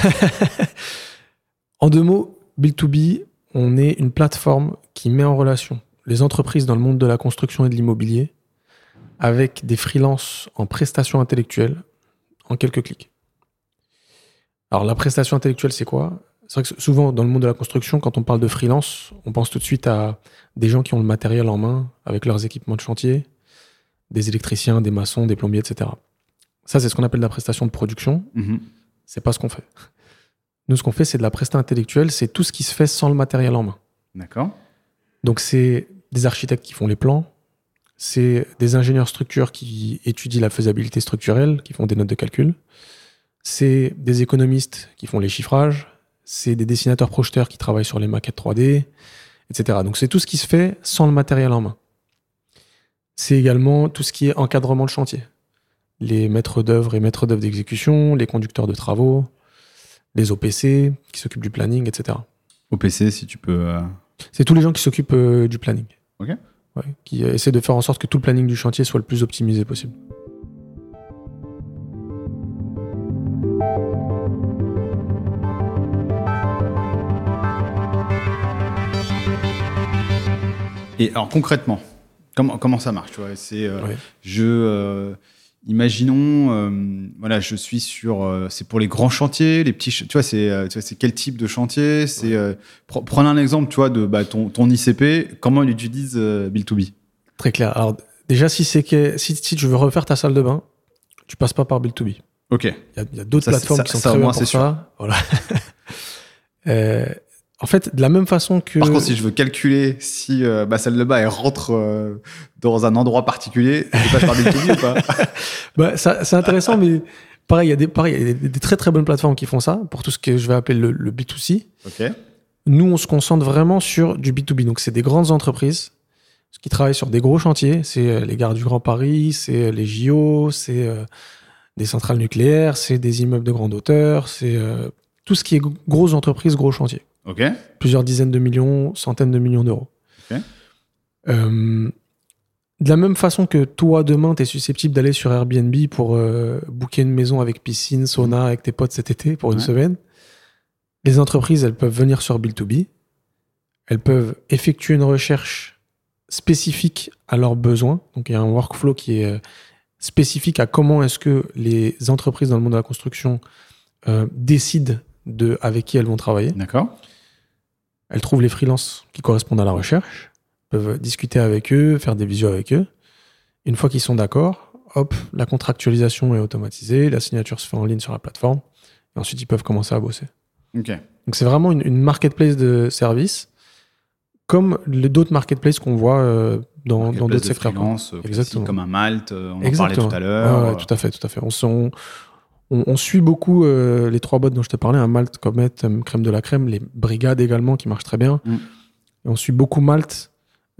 En 2 mots, B2B, on est une plateforme qui met en relation les entreprises dans le monde de la construction et de l'immobilier avec des freelances en prestation intellectuelle en quelques clics. Alors, la prestation intellectuelle, c'est quoi? c'est vrai que souvent, dans le monde de la construction, quand on parle de freelance, on pense tout de suite à des gens qui ont le matériel en main avec leurs équipements de chantier, des électriciens, des maçons, des plombiers, etc. Ça, c'est ce qu'on appelle de la prestation de production. C'est pas ce qu'on fait. Nous, ce qu'on fait, c'est de la prestation intellectuelle. C'est tout ce qui se fait sans le matériel en main. D'accord. Donc, c'est des architectes qui font les plans. C'est des ingénieurs structures qui étudient la faisabilité structurelle, qui font des notes de calcul. C'est des économistes qui font les chiffrages. C'est des dessinateurs projeteurs qui travaillent sur les maquettes 3D, etc. Donc, c'est tout ce qui se fait sans le matériel en main. C'est également tout ce qui est encadrement de chantier. Les maîtres d'œuvre et maîtres d'œuvre d'exécution, les conducteurs de travaux, les OPC qui s'occupent du planning, etc. OPC, si tu peux... C'est tous les gens qui s'occupent du planning. Ok. Ouais, qui essaient de faire en sorte que tout le planning du chantier soit le plus optimisé possible. Et alors concrètement, comment ça marche, tu vois, imaginons, voilà, je suis sur, c'est pour les grands chantiers, les petits, tu vois, c'est quel type de chantier, prenez un exemple, tu vois, de ton ICP, comment il utilise Build2B. Très clair. Alors déjà, si tu veux refaire ta salle de bain, tu passes pas par Build2B. Ok. Il y a d'autres plateformes qui sont très bien pour ça. Voilà. En fait, de la même façon que... Par contre, si je veux calculer si ma salle de bain elle rentre dans un endroit particulier, je passe par Build2B ou pas? C'est intéressant, mais pareil, il y a des très très bonnes plateformes qui font ça pour tout ce que je vais appeler le B2C. Ok. Nous, on se concentre vraiment sur du B2B. Donc, c'est des grandes entreprises qui travaillent sur des gros chantiers. C'est les gares du Grand Paris, c'est les JO, c'est des centrales nucléaires, c'est des immeubles de grande hauteur, c'est tout ce qui est grosses entreprises, gros chantiers. Ok. Plusieurs dizaines de millions, centaines de millions d'euros. Ok. De la même façon que toi, demain, tu es susceptible d'aller sur Airbnb pour booker une maison avec piscine, sauna, avec tes potes cet été pour une semaine, les entreprises, elles peuvent venir sur Build2B, elles peuvent effectuer une recherche spécifique à leurs besoins. Donc, il y a un workflow qui est spécifique à comment est-ce que les entreprises dans le monde de la construction décident avec qui elles vont travailler. D'accord. Elles trouvent les freelances qui correspondent à la recherche, peuvent discuter avec eux, faire des visios avec eux. Une fois qu'ils sont d'accord, hop, la contractualisation est automatisée, la signature se fait en ligne sur la plateforme, et ensuite ils peuvent commencer à bosser. Ok. Donc c'est vraiment une marketplace de services, comme d'autres marketplaces qu'on voit dans d'autres secteurs. Exactement. Comme un Malte, on en parlait tout à l'heure. Ouais, tout à fait. On suit beaucoup les trois boîtes dont je te parlais, un Malte, Comet, Crème de la Crème, les Brigades également qui marchent très bien. Et on suit beaucoup Malte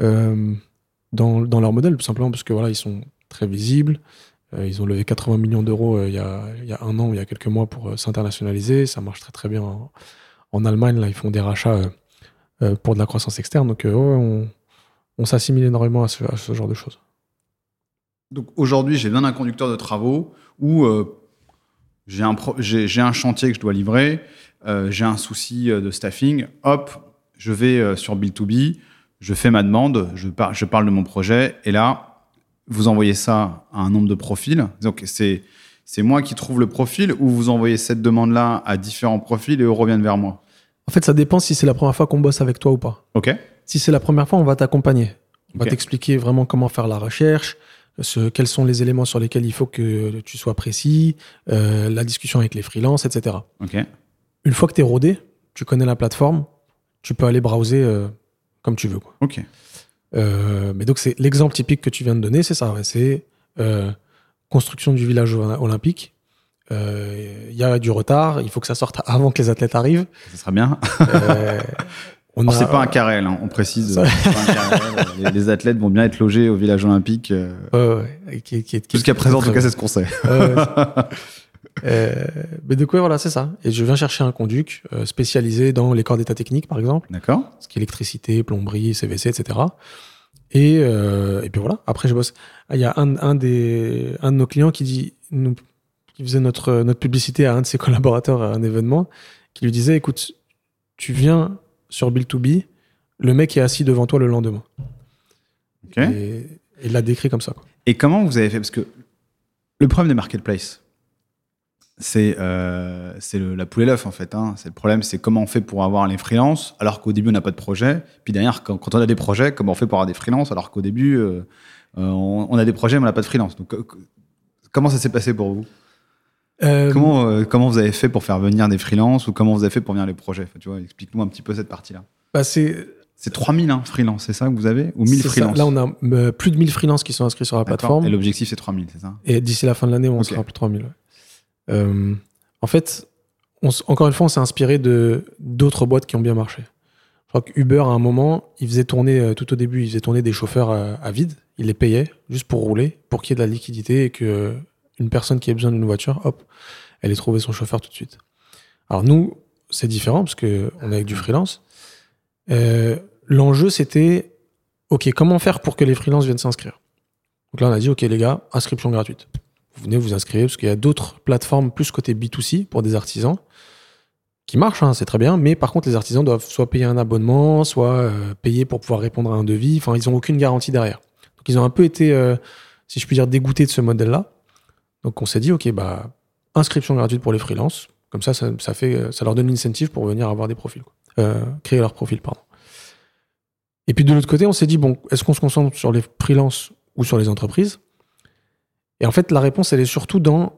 dans leur modèle, tout simplement parce que voilà, ils sont très visibles. Ils ont levé 80 millions d'euros il y a un an ou il y a quelques mois pour s'internationaliser. Ça marche très très bien en Allemagne. Là, ils font des rachats pour de la croissance externe. Donc on s'assimile énormément à ce genre de choses. Donc aujourd'hui, j'ai besoin d'un conducteur de travaux où j'ai un chantier que je dois livrer, j'ai un souci de staffing, hop, je vais sur Build2B, je fais ma demande, je parle de mon projet, et là, vous envoyez ça à un nombre de profils. Donc, c'est moi qui trouve le profil, ou vous envoyez cette demande-là à différents profils et eux reviennent vers moi? En fait, ça dépend si c'est la première fois qu'on bosse avec toi ou pas. Ok. Si c'est la première fois, on va t'accompagner. On va t'expliquer vraiment comment faire la recherche, quels sont les éléments sur lesquels il faut que tu sois précis, la discussion avec les freelances, etc. Okay. Une fois que tu es rodé, tu connais la plateforme, tu peux aller browser comme tu veux. Quoi. Ok. Mais donc, c'est l'exemple typique que tu viens de donner, c'est ça. Ouais, c'est construction du village olympique. Il y a du retard, il faut que ça sorte avant que les athlètes arrivent. Ça sera bien. C'est pas un carrel, hein, on précise. C'est pas un carrel. Les athlètes vont bien être logés au village olympique. Jusqu'à présent, en tout cas, c'est ce qu'on sait. Mais de quoi, voilà, c'est ça. Et je viens chercher un conduc spécialisé dans les corps d'état technique, par exemple. D'accord. Ce qui est électricité, plomberie, CVC, etc. Et puis voilà. Après, je bosse. Il y a un de nos clients qui faisait notre publicité à un de ses collaborateurs à un événement, qui lui disait, écoute, tu viens sur Build2B, le mec est assis devant toi le lendemain. Okay. Et il l'a décrit comme ça. Quoi. Et comment vous avez fait? Parce que le problème des marketplaces, c'est la poule et l'œuf, en fait. Hein. C'est le problème, c'est comment on fait pour avoir les freelances, alors qu'au début, on n'a pas de projet. Puis derrière, quand on a des projets, comment on fait pour avoir des freelances, alors qu'au début, on a des projets, mais on n'a pas de freelance. Donc, comment ça s'est passé pour vous ? Comment vous avez fait pour faire venir des freelances, ou comment vous avez fait pour venir les projets ? Enfin, tu vois, explique-nous un petit peu cette partie-là. C'est 3000 freelances, c'est ça que vous avez ? Ou 1000 freelances ? Là, on a plus de 1000 freelances qui sont inscrits sur la plateforme. Et l'objectif, c'est 3000, c'est ça ? Et d'ici la fin de l'année, on sera plus de 3000. Ouais. En fait, encore une fois, on s'est inspiré d'autres boîtes qui ont bien marché. Je crois que Uber, à un moment, il faisait tourner, tout au début, il faisait tourner des chauffeurs à vide. Il les payait juste pour rouler, pour qu'il y ait de la liquidité et qu'une personne qui ait besoin d'une voiture, hop, elle ait trouvé son chauffeur tout de suite. Alors nous, c'est différent parce qu'on est avec du freelance. L'enjeu, c'était, OK, comment faire pour que les freelances viennent s'inscrire ? Donc là, on a dit, OK, les gars, inscription gratuite. Vous venez vous inscrire, parce qu'il y a d'autres plateformes plus côté B2C pour des artisans qui marchent, hein, c'est très bien, mais par contre, les artisans doivent soit payer un abonnement, soit payer pour pouvoir répondre à un devis. Enfin, ils n'ont aucune garantie derrière. Donc, ils ont un peu été, si je puis dire, dégoûtés de ce modèle-là. Donc, on s'est dit, OK, inscription gratuite pour les freelances. Comme ça leur donne l'incentive pour venir avoir des profils, créer leur profil, pardon. Et puis, de l'autre côté, on s'est dit, bon, est-ce qu'on se concentre sur les freelances ou sur les entreprises ? Et en fait, la réponse, elle est surtout dans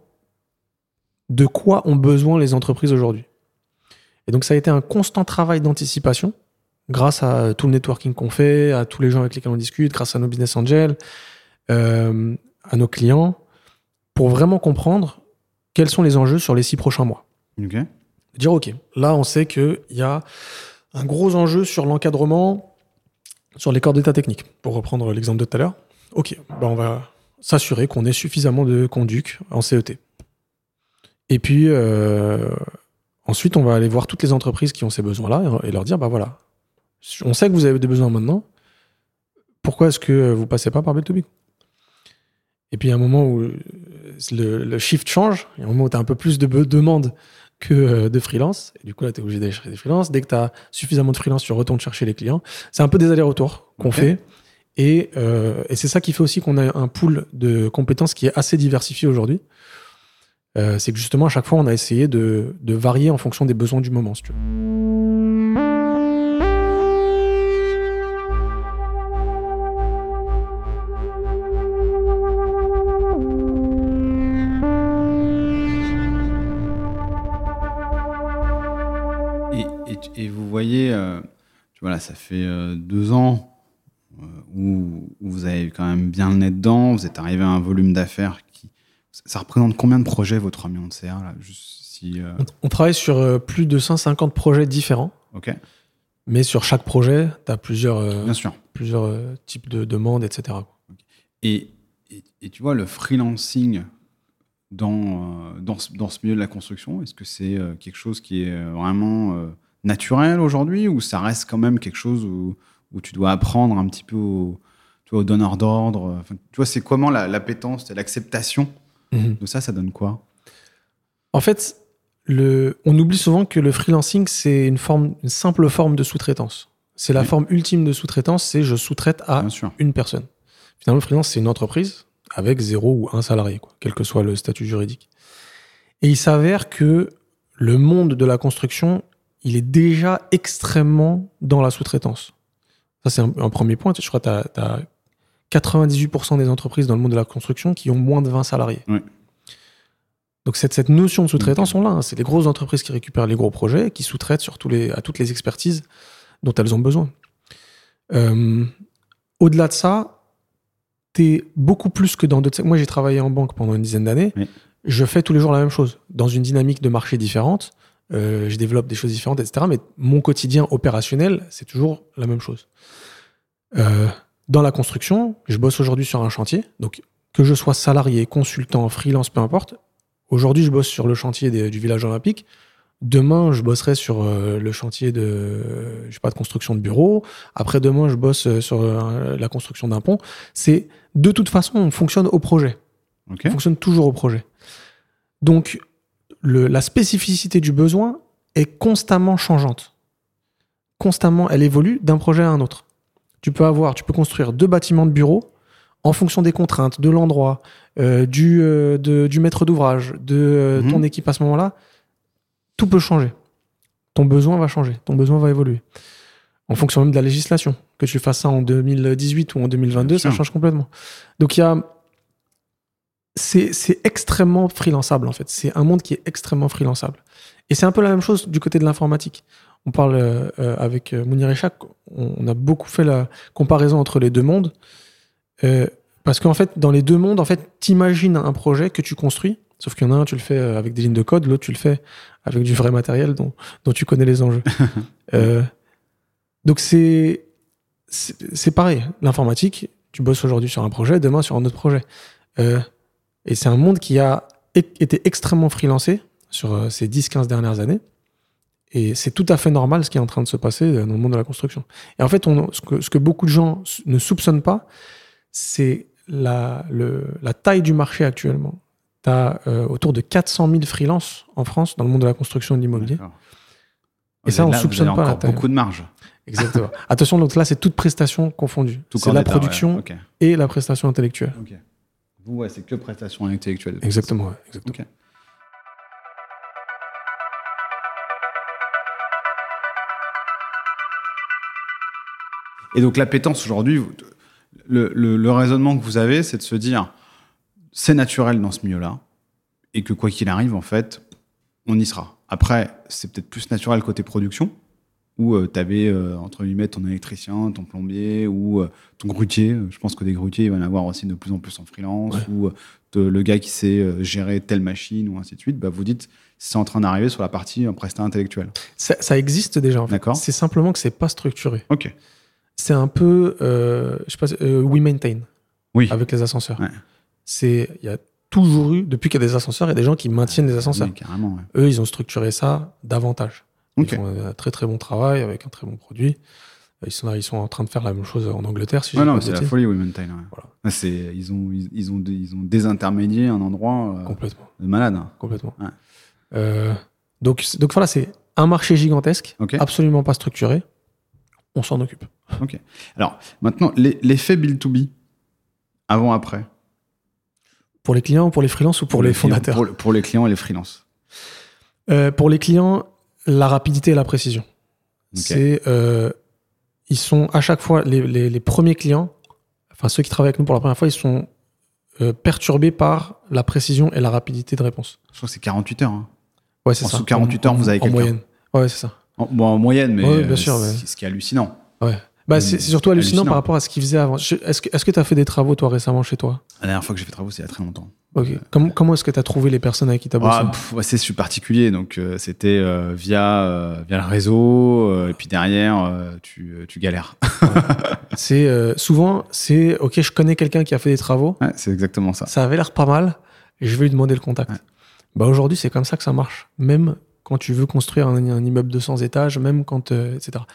de quoi ont besoin les entreprises aujourd'hui. Et donc, ça a été un constant travail d'anticipation, grâce à tout le networking qu'on fait, à tous les gens avec lesquels on discute, grâce à nos business angels, à nos clients, pour vraiment comprendre quels sont les enjeux sur les 6 prochains mois. Okay. Dire, OK, là, on sait qu'il y a un gros enjeu sur l'encadrement, sur les corps d'état technique, pour reprendre l'exemple de tout à l'heure. OK, on va s'assurer qu'on ait suffisamment de conducs en CET. Et puis, ensuite, on va aller voir toutes les entreprises qui ont ces besoins-là et leur dire, voilà, on sait que vous avez des besoins maintenant, pourquoi est-ce que vous passez pas par B2B ? Et puis, il y a un moment où le shift change, il y a un moment où tu as un peu plus de demandes que de freelance, et du coup, là, tu es obligé d'aller chercher des freelances. Dès que tu as suffisamment de freelance, tu retournes chercher les clients. C'est un peu des allers-retours qu'on fait. Et c'est ça qui fait aussi qu'on a un pool de compétences qui est assez diversifié aujourd'hui. C'est que justement, à chaque fois, on a essayé de varier en fonction des besoins du moment, si tu veux. Et vous voyez, tu vois, là, ça fait 2 ans où vous avez quand même bien le nez dedans, vous êtes arrivé à un volume d'affaires qui... Ça représente combien de projets, vos 3 millions de CA là, On travaille sur plus de 150 projets différents. OK. Mais sur chaque projet, tu as plusieurs types de demandes, etc. Okay. Et tu vois, le freelancing dans ce milieu de la construction, est-ce que c'est quelque chose qui est vraiment naturel aujourd'hui, ou ça reste quand même quelque chose où tu dois apprendre un petit peu au donneur d'ordre. Enfin, tu vois, c'est comment l'appétence, l'acceptation de ça donne quoi ? En fait, on oublie souvent que le freelancing, c'est une simple forme de sous-traitance. C'est la forme ultime de sous-traitance, c'est je sous-traite à une personne. Finalement, le freelance, c'est une entreprise avec 0 ou 1 salarié, quel que soit le statut juridique. Et il s'avère que le monde de la construction, il est déjà extrêmement dans la sous-traitance. Ça, c'est un premier point. Je crois que tu as 98% des entreprises dans le monde de la construction qui ont moins de 20 salariés. Oui. Donc cette notion de sous-traitance, on l'a. C'est les grosses entreprises qui récupèrent les gros projets, qui sous-traitent à toutes les expertises dont elles ont besoin. Au-delà de ça, t'es beaucoup plus que dans d'autres... Moi, j'ai travaillé en banque pendant une dizaine d'années. Oui. Je fais tous les jours la même chose, dans une dynamique de marché différente. Je développe des choses différentes, etc. Mais mon quotidien opérationnel, c'est toujours la même chose. Dans la construction, je bosse aujourd'hui sur un chantier. Donc, que je sois salarié, consultant, freelance, peu importe. Aujourd'hui, je bosse sur le chantier du village olympique. Demain, je bosserai sur le chantier de construction de bureaux. Après-demain, je bosse sur la construction d'un pont. De toute façon, on fonctionne au projet. Okay. On fonctionne toujours au projet. Donc, la spécificité du besoin est constamment changeante. Constamment, elle évolue d'un projet à un autre. Tu peux construire 2 bâtiments de bureaux en fonction des contraintes, de l'endroit, du maître d'ouvrage, de ton équipe à ce moment-là, tout peut changer. Ton besoin va changer, ton besoin va évoluer. En fonction même de la législation. Que tu fasses ça en 2018 ou en 2022, ça change complètement. Donc c'est extrêmement freelançable en fait. C'est un monde qui est extrêmement freelançable. Et c'est un peu la même chose du côté de l'informatique. On parle avec Mounir et Chak, on a beaucoup fait la comparaison entre les deux mondes. Parce qu'en fait, dans les deux mondes, en fait, t'imagines un projet que tu construis, sauf qu'il y en a un, tu le fais avec des lignes de code, l'autre, tu le fais avec du vrai matériel dont tu connais les enjeux. Donc c'est pareil. L'informatique, tu bosses aujourd'hui sur un projet, demain sur un autre projet. Et c'est un monde qui a été extrêmement freelancé sur ces 10-15 dernières années. Et c'est tout à fait normal ce qui est en train de se passer dans le monde de la construction. Et en fait, ce que beaucoup de gens ne soupçonnent pas, c'est la taille du marché actuellement. Tu as autour de 400 000 freelances en France dans le monde de la construction et de l'immobilier. D'accord. Et ça, on ne soupçonne pas la taille. Beaucoup de marge. Exactement. Attention, donc là, c'est toute prestation confondue. C'est la production et la prestation intellectuelle. Okay. Vous, c'est que prestation intellectuelle. Exactement. Exactement. Okay. Et donc l'appétence aujourd'hui, le raisonnement que vous avez, c'est de se dire c'est naturel dans ce milieu-là et que quoi qu'il arrive, en fait, on y sera. Après, c'est peut-être plus naturel côté production où tu avais, entre guillemets, ton électricien, ton plombier ou ton grutier. Je pense que des grutiers, il va y en avoir aussi de plus en plus en freelance ou le gars qui sait gérer telle machine ou ainsi de suite. Bah, vous dites c'est en train d'arriver sur la partie prestat intellectuelle. Ça existe déjà, en fait. D'accord. C'est simplement que c'est pas structuré. Ok. C'est un peu, je sais pas, We Maintain, avec les ascenseurs. Ouais. Il y a toujours eu, depuis qu'il y a des ascenseurs, il y a des gens qui maintiennent les ascenseurs. Oui, carrément. Ouais. Eux, ils ont structuré ça davantage. Okay. Ils font un très très bon travail avec un très bon produit. Ils sont en train de faire la même chose en Angleterre. Si non, c'est la folie, We Maintain. Ouais. Voilà. Ils ont désintermédié un endroit complètement de malade. Hein. Complètement. Ouais. Donc voilà, c'est un marché gigantesque, absolument pas structuré. On s'en occupe. Ok. Alors, maintenant, l'effet B2B, avant-après. Pour les clients, pour les freelances ou pour les fondateurs? Pour les clients et les freelances. Pour les clients, la rapidité et la précision. Okay. Ils sont à chaque fois, les premiers clients, enfin ceux qui travaillent avec nous pour la première fois, ils sont perturbés par la précision et la rapidité de réponse. Je crois que c'est 48 heures. Hein. Ouais, c'est ça. Sous 48 heures, vous avez quelqu'un. En moyenne. Ouais, c'est ça. En moyenne, mais bien sûr, ce qui est hallucinant. Ouais. C'est surtout hallucinant par rapport à ce qu'ils faisaient avant. Est-ce que tu as fait des travaux, toi, récemment, chez toi? La dernière fois que j'ai fait des travaux, c'est il y a très longtemps. Ok. Comment est-ce que tu as trouvé les personnes avec qui tu as bossé? C'est particulier. Donc, c'était via le réseau. Et puis derrière, tu galères. Ouais. Souvent, OK, je connais quelqu'un qui a fait des travaux. Ouais, c'est exactement ça. Ça avait l'air pas mal. Et je vais lui demander le contact. Ouais. Aujourd'hui, c'est comme ça que ça marche. Même quand tu veux construire un immeuble de 100 étages, même quand... etc.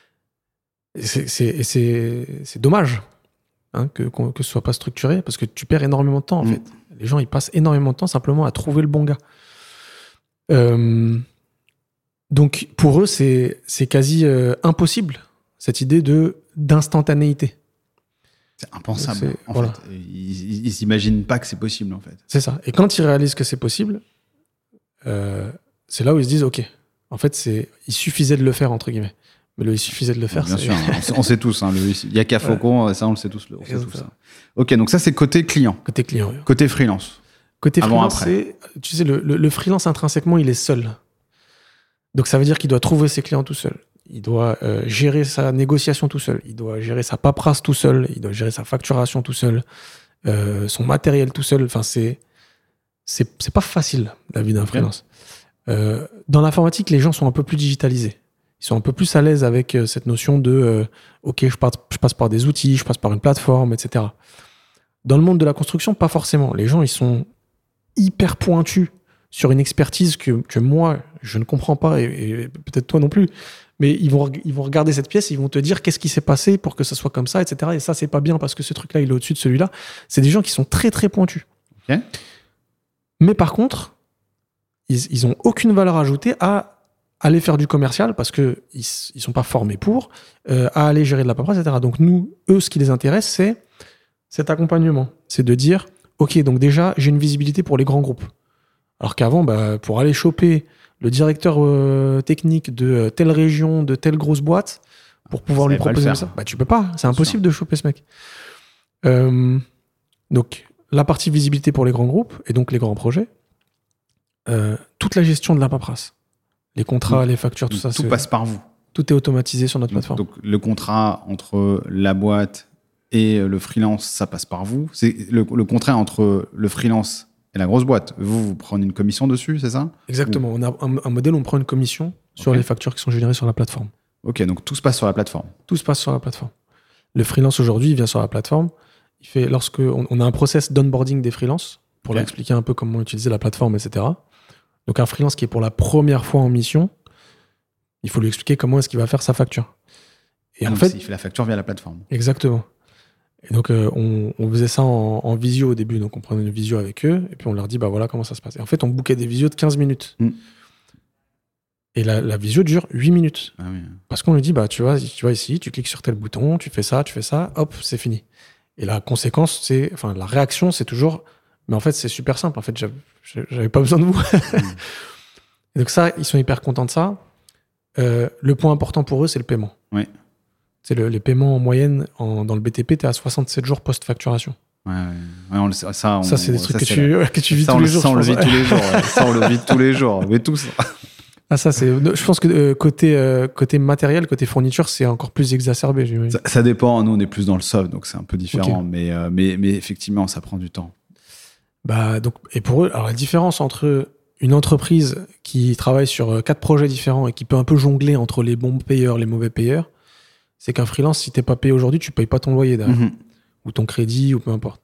C'est dommage que ce soit pas structuré, parce que tu perds énormément de temps, en fait. Les gens, ils passent énormément de temps simplement à trouver le bon gars. Donc, pour eux, c'est quasi impossible, cette idée d'instantanéité. C'est impensable, en fait. Ils s'imaginent pas que c'est possible, en fait. C'est ça. Et quand ils réalisent que c'est possible, c'est là où ils se disent, OK, en fait, il suffisait de le faire, entre guillemets. Mais il suffisait de le faire. Bien sûr, on sait tous. Il y a qu'à Faucon, ça, on le sait tous. On sait tous ça. Ok, donc ça, c'est côté client. Côté client, oui. Côté freelance. Côté freelance, tu sais, le freelance, intrinsèquement, il est seul. Donc, ça veut dire qu'il doit trouver ses clients tout seul. Il doit gérer sa négociation tout seul. Il doit gérer sa paperasse tout seul. Il doit gérer sa facturation tout seul. Son matériel tout seul. Enfin, c'est pas facile, la vie d'un freelance. Dans l'informatique, les gens sont un peu plus digitalisés. Ils sont un peu plus à l'aise avec cette notion de OK, je passe par des outils, je passe par une plateforme, etc. Dans le monde de la construction, pas forcément. Les gens, ils sont hyper pointus sur une expertise que moi, je ne comprends pas, et peut-être toi non plus. Mais ils vont regarder cette pièce, ils vont te dire qu'est-ce qui s'est passé pour que ça soit comme ça, etc. Et ça, c'est pas bien parce que ce truc-là, il est au-dessus de celui-là. C'est des gens qui sont très, très pointus. Okay. Mais par contre, ils ont aucune valeur ajoutée à aller faire du commercial parce qu'ils ne sont pas formés pour, à aller gérer de la paperasse, etc. Donc nous, eux, ce qui les intéresse, cet accompagnement. C'est de dire, OK, donc déjà, j'ai une visibilité pour les grands groupes. Alors qu'avant, pour aller choper le directeur technique de telle région, de telle grosse boîte, pour pouvoir lui proposer ça, tu peux pas. C'est impossible de choper ce mec. Donc, la partie visibilité pour les grands groupes, et donc les grands projets, toute la gestion de la paperasse. Les contrats, les factures, tout ça. Tout passe par vous. Tout est automatisé sur notre plateforme. Donc, le contrat entre la boîte et le freelance, ça passe par vous. C'est le contrat entre le freelance et la grosse boîte. Vous prenez une commission dessus, c'est ça? Exactement. On a un modèle où on prend une commission sur les factures qui sont générées sur la plateforme. Ok, donc tout se passe sur la plateforme. Tout se passe sur la plateforme. Le freelance, aujourd'hui, il vient sur la plateforme. On a un process d'onboarding des freelances pour leur expliquer un peu comment utiliser la plateforme, etc. Donc, un freelance qui est pour la première fois en mission, il faut lui expliquer comment est-ce qu'il va faire sa facture. Et en fait, il fait la facture via la plateforme. Exactement. Et donc, on faisait ça en visio au début. Donc, on prenait une visio avec eux et puis on leur dit, voilà comment ça se passe. Et en fait, on bookait des visios de 15 minutes. Et la visio dure 8 minutes. Ah oui. Parce qu'on lui dit, tu vas ici, tu cliques sur tel bouton, tu fais ça, hop, c'est fini. Et la conséquence, la réaction, c'est toujours, mais en fait, c'est super simple. En fait, j'avais pas besoin de vous. Et donc ça, ils sont hyper contents de ça. Le point important pour eux, c'est le paiement. Oui. C'est les paiements en moyenne dans le BTP, t'es à 67 jours post-facturation. Ouais, ça, c'est des trucs que tu vis tous les jours. Ça, on le vit tous les jours. Ça, on le vit tous les jours. Mais tous. Ah, ça, je pense que côté matériel, côté fourniture, c'est encore plus exacerbé. Ça dépend. Nous, on est plus dans le soft, donc c'est un peu différent. Okay. Mais effectivement, ça prend du temps. Et pour eux, alors la différence entre une entreprise qui travaille sur 4 projets différents et qui peut un peu jongler entre les bons payeurs, les mauvais payeurs, c'est qu'un freelance, si t'es pas payé aujourd'hui, tu payes pas ton loyer derrière. Ou ton crédit, ou peu importe.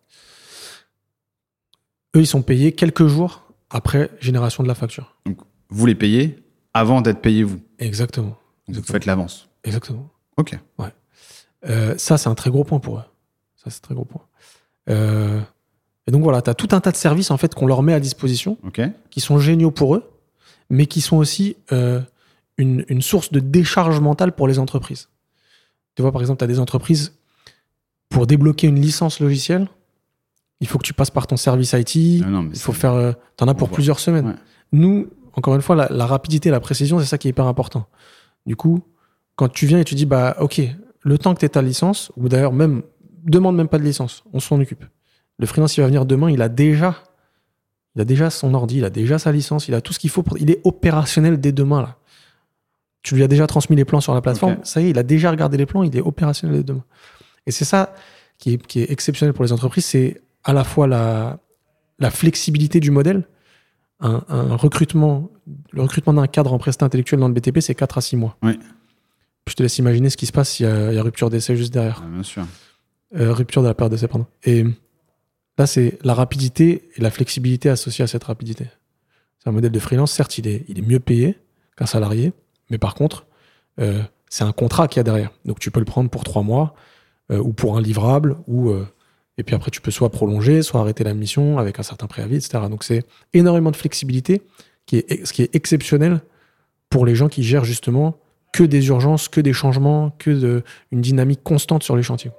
Eux, ils sont payés quelques jours après génération de la facture. Donc, vous les payez avant d'être payé vous. Exactement. Donc, vous faites l'avance. Exactement. Ok. Ouais. Ça, c'est un très gros point pour eux. Et donc voilà, tu as tout un tas de services en fait qu'on leur met à disposition, qui sont géniaux pour eux, mais qui sont aussi une source de décharge mentale pour les entreprises. Tu vois, par exemple, tu as des entreprises, pour débloquer une licence logicielle, il faut que tu passes par ton service IT, il faut faire... T'en as pour plusieurs semaines. Ouais. Nous, encore une fois, la rapidité et la précision, c'est ça qui est hyper important. Du coup, quand tu viens et tu dis, ok, le temps que tu aies ta licence, ou d'ailleurs même, demande même pas de licence, on s'en occupe. Le freelance, il va venir demain, il a déjà son ordi, il a déjà sa licence, il a tout ce qu'il faut. Il est opérationnel dès demain, là. Tu lui as déjà transmis les plans sur la plateforme, ça y est, il a déjà regardé les plans, il est opérationnel dès demain. Et c'est ça qui est exceptionnel pour les entreprises, c'est à la fois la flexibilité du modèle. Le recrutement d'un cadre en prestat intellectuel dans le BTP, c'est 4 à 6 mois. Oui. Je te laisse imaginer ce qui se passe s'il y a rupture d'essai juste derrière. Bien sûr. Rupture de la période d'essai, pardon. Et là, c'est la rapidité et la flexibilité associée à cette rapidité. C'est un modèle de freelance, certes, il est mieux payé qu'un salarié, mais par contre, c'est un contrat qu'il y a derrière. Donc, tu peux le prendre pour 3 mois, ou pour un livrable, et puis après, tu peux soit prolonger, soit arrêter la mission avec un certain préavis, etc. Donc, c'est énormément de flexibilité, ce qui est exceptionnel pour les gens qui gèrent justement que des urgences, que des changements, une dynamique constante sur les chantiers.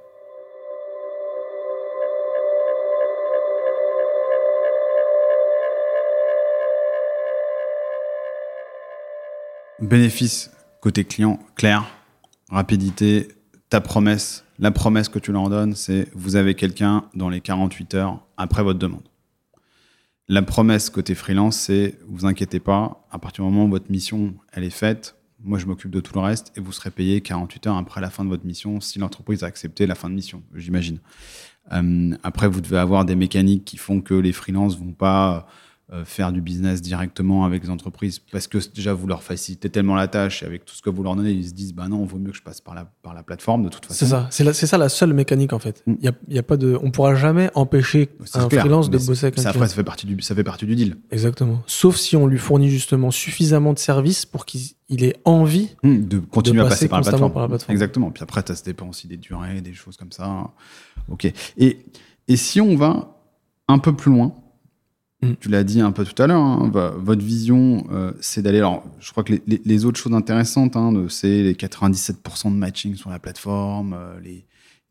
Bénéfice côté client, clair, rapidité, ta promesse, la promesse que tu leur donnes, c'est vous avez quelqu'un dans les 48 heures après votre demande. La promesse côté freelance, c'est vous inquiétez pas, à partir du moment où votre mission elle est faite, moi je m'occupe de tout le reste et vous serez payé 48 heures après la fin de votre mission si l'entreprise a accepté la fin de mission, j'imagine. Après, vous devez avoir des mécaniques qui font que les freelances vont pas faire du business directement avec les entreprises parce que déjà vous leur facilitez tellement la tâche et avec tout ce que vous leur donnez, ils se disent non, vaut mieux que je passe par la plateforme de toute façon. C'est ça la seule mécanique en fait. Y a pas on pourra jamais empêcher un freelance de bosser avec un client. Après, ça fait partie du deal. Exactement. Sauf si on lui fournit justement suffisamment de services pour qu'il ait envie de continuer à passer par la plateforme. Exactement. Exactement. Puis après, ça dépend aussi des durées, des choses comme ça. Ok. Et si on va un peu plus loin, tu l'as dit un peu tout à l'heure, votre vision, c'est d'aller... Alors, je crois que les autres choses intéressantes, c'est les 97% de matching sur la plateforme, les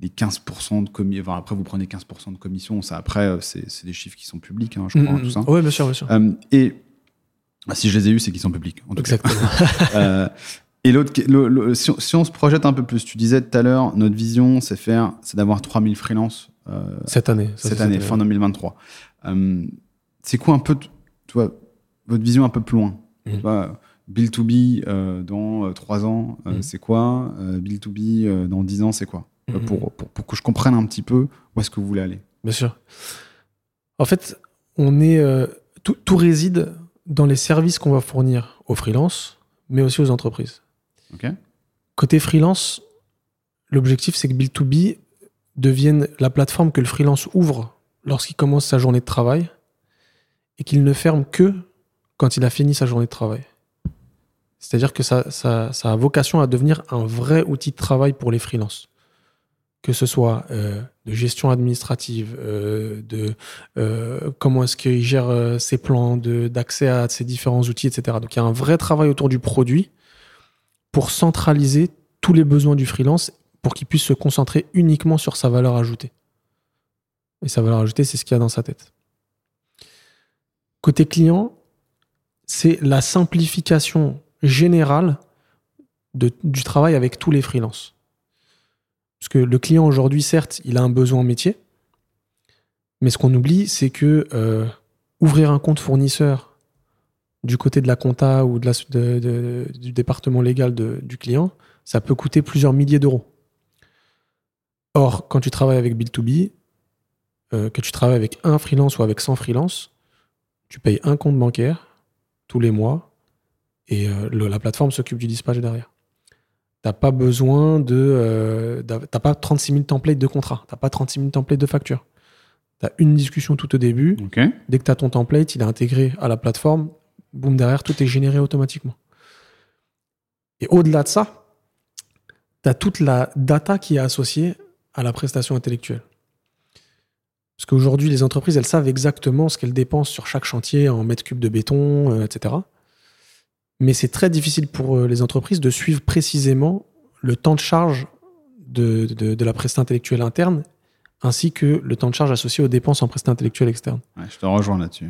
les 15% de commission. Enfin, après, vous prenez 15% de commission. Ça, après, c'est des chiffres qui sont publics, hein, je crois, tout ça. Oui, bien sûr, bien sûr. Et si je les ai eus, c'est qu'ils sont publics. En tout Exactement. Cas. Et si on se projette un peu plus, tu disais tout à l'heure, notre vision, c'est d'avoir 3000 freelances cette année, fin 2023. C'est quoi un peu, toi, votre vision un peu plus loin? Build2B dans 3 ans, c'est quoi? Build2B dans 10 ans, c'est quoi? Pour que je comprenne un petit peu où est-ce que vous voulez aller. Bien sûr. En fait, tout réside dans les services qu'on va fournir aux freelances, mais aussi aux entreprises. Okay. Côté freelance, l'objectif, c'est que Build2B devienne la plateforme que le freelance ouvre lorsqu'il commence sa journée de travail et qu'il ne ferme que quand il a fini sa journée de travail. C'est-à-dire que ça a vocation à devenir un vrai outil de travail pour les freelances. Que ce soit de gestion administrative, comment est-ce qu'il gère ses plans, d'accès à ses différents outils, etc. Donc il y a un vrai travail autour du produit pour centraliser tous les besoins du freelance pour qu'il puisse se concentrer uniquement sur sa valeur ajoutée. Et sa valeur ajoutée, c'est ce qu'il y a dans sa tête. Côté client, c'est la simplification générale du travail avec tous les freelances. Parce que le client aujourd'hui, certes, il a un besoin métier, mais ce qu'on oublie, c'est que ouvrir un compte fournisseur du côté de la compta ou du département légal du client, ça peut coûter plusieurs milliers d'euros. Or, quand tu travailles avec Build2B, que tu travailles avec un freelance ou avec 100 freelances, tu payes un compte bancaire tous les mois et la plateforme s'occupe du dispatch derrière. T'as pas besoin t'as pas 36 000 templates de contrat, t'as pas 36 000 templates de facture. T'as une discussion tout au début. Okay. Dès que t'as ton template, il est intégré à la plateforme. Boum, derrière, tout est généré automatiquement. Et au-delà de ça, t'as toute la data qui est associée à la prestation intellectuelle. Parce qu'aujourd'hui, les entreprises, elles savent exactement ce qu'elles dépensent sur chaque chantier en mètres cubes de béton, etc. Mais c'est très difficile pour les entreprises de suivre précisément le temps de charge de la prestation intellectuelle interne, ainsi que le temps de charge associé aux dépenses en prestation intellectuelle externe. Ouais, je te rejoins là-dessus.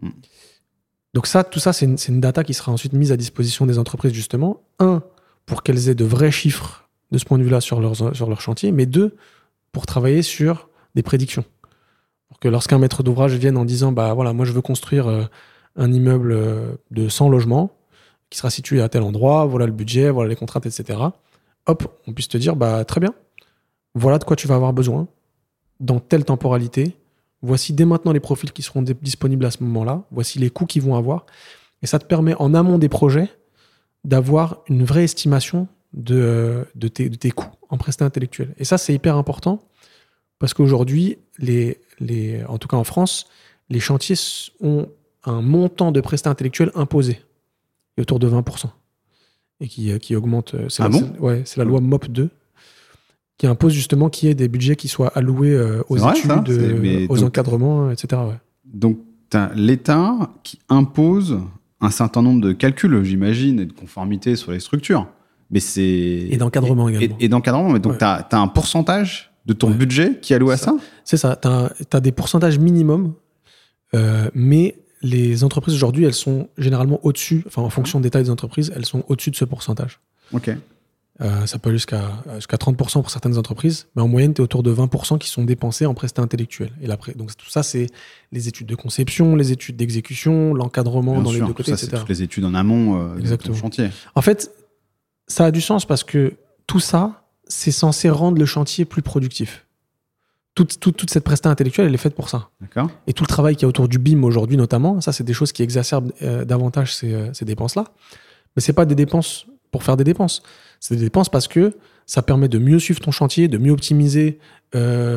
Donc tout ça, c'est une data qui sera ensuite mise à disposition des entreprises, justement. 1, pour qu'elles aient de vrais chiffres de ce point de vue-là sur leur chantier, mais 2, pour travailler sur des prédictions. Pour que lorsqu'un maître d'ouvrage vienne en disant, bah voilà, moi je veux construire un immeuble de 100 logements, qui sera situé à tel endroit, voilà le budget, voilà les contraintes, etc. Hop, on puisse te dire, bah très bien, voilà de quoi tu vas avoir besoin, dans telle temporalité, voici dès maintenant les profils qui seront disponibles à ce moment-là, voici les coûts qu'ils vont avoir, et ça te permet en amont des projets d'avoir une vraie estimation de tes coûts en prestation intellectuelle. Et ça, c'est hyper important, parce qu'aujourd'hui, en tout cas en France, les chantiers ont un montant de prestation intellectuelle imposé, et autour de 20%, et qui augmente. C'est la loi MOP 2, qui impose justement qu'il y ait des budgets qui soient alloués aux études, aux encadrements, etc. Ouais. Donc, tu as l'État qui impose un certain nombre de calculs, j'imagine, et de conformité sur les structures. Mais et d'encadrement également. Et d'encadrement. Mais donc, tu as un pourcentage de ton budget qui est alloué à ça? C'est ça. Tu as des pourcentages minimums, mais les entreprises aujourd'hui, elles sont généralement au-dessus, enfin en fonction des tailles des entreprises, elles sont au-dessus de ce pourcentage. Ok. Ça peut aller jusqu'à 30% pour certaines entreprises, mais en moyenne, tu es autour de 20% qui sont dépensés en prestation intellectuelle. Donc tout ça, c'est les études de conception, les études d'exécution, l'encadrement dans les deux côtés, etc. C'est toutes les études en amont de ton chantier. En fait, ça a du sens parce que tout ça, c'est censé rendre le chantier plus productif. Toute cette prestation intellectuelle, elle est faite pour ça. D'accord. Et tout le travail qu'il y a autour du BIM aujourd'hui, notamment, ça, c'est des choses qui exacerbent davantage ces dépenses-là. Mais c'est pas des dépenses pour faire des dépenses. C'est des dépenses parce que ça permet de mieux suivre ton chantier, de mieux optimiser tout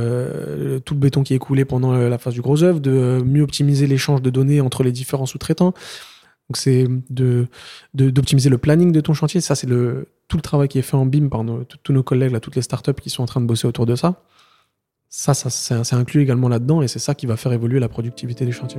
le béton qui est coulé pendant la phase du gros œuvre, de mieux optimiser l'échange de données entre les différents sous-traitants. Donc c'est d'optimiser le planning de ton chantier. Ça, c'est tout le travail qui est fait en BIM par tous nos collègues, là, toutes les startups qui sont en train de bosser autour de ça. Ça c'est inclus également là-dedans, et c'est ça qui va faire évoluer la productivité des chantiers.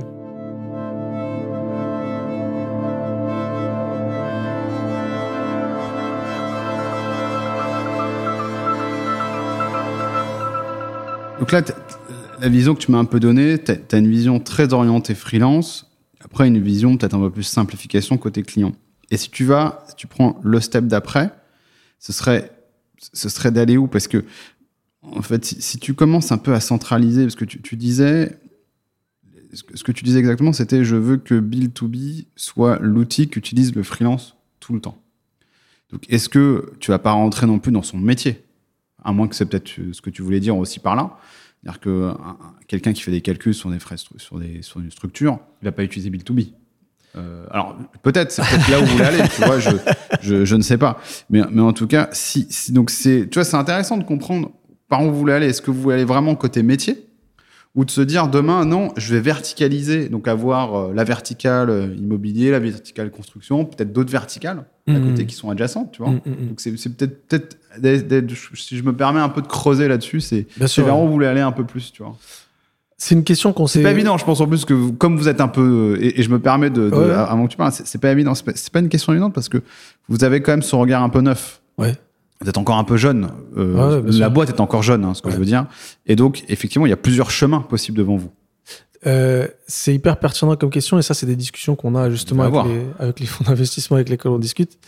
Donc là, la vision que tu m'as un peu donnée, t'as une vision très orientée freelance, après une vision peut-être un peu plus simplification côté client. Et si tu prends le step d'après, ce serait d'aller où? Parce que, en fait, si tu commences un peu à centraliser, parce que tu disais, ce que tu disais exactement, c'était je veux que Build2B soit l'outil qu'utilise le freelance tout le temps. Donc, est-ce que tu vas pas rentrer non plus dans son métier? À moins que c'est peut-être ce que tu voulais dire aussi par là. C'est-à-dire que quelqu'un qui fait des calculs sur des frais, sur une structure, il va pas utiliser Build2B. Alors, c'est peut-être là où vous voulez aller, tu vois, je ne sais pas. Mais en tout cas, donc tu vois, c'est intéressant de comprendre par où vous voulez aller. Est-ce que vous voulez aller vraiment côté métier? Ou de se dire demain, non, je vais verticaliser, donc avoir la verticale immobilier, la verticale construction, peut-être d'autres verticales à côté qui sont adjacentes, tu vois. Donc c'est peut-être si je me permets un peu de creuser là-dessus, c'est vers où vous voulez aller un peu plus, tu vois. C'est une question qu'on C'est pas évident, je pense en plus que comme vous êtes un peu et je me permets avant que tu parles, c'est pas évident, c'est pas une question évidente parce que vous avez quand même ce regard un peu neuf. Ouais. Vous êtes encore un peu jeune. La boîte est encore jeune, ce que je veux dire. Et donc, effectivement, il y a plusieurs chemins possibles devant vous. C'est hyper pertinent comme question. Et ça, c'est des discussions qu'on a justement avec les fonds d'investissement avec lesquels on discute.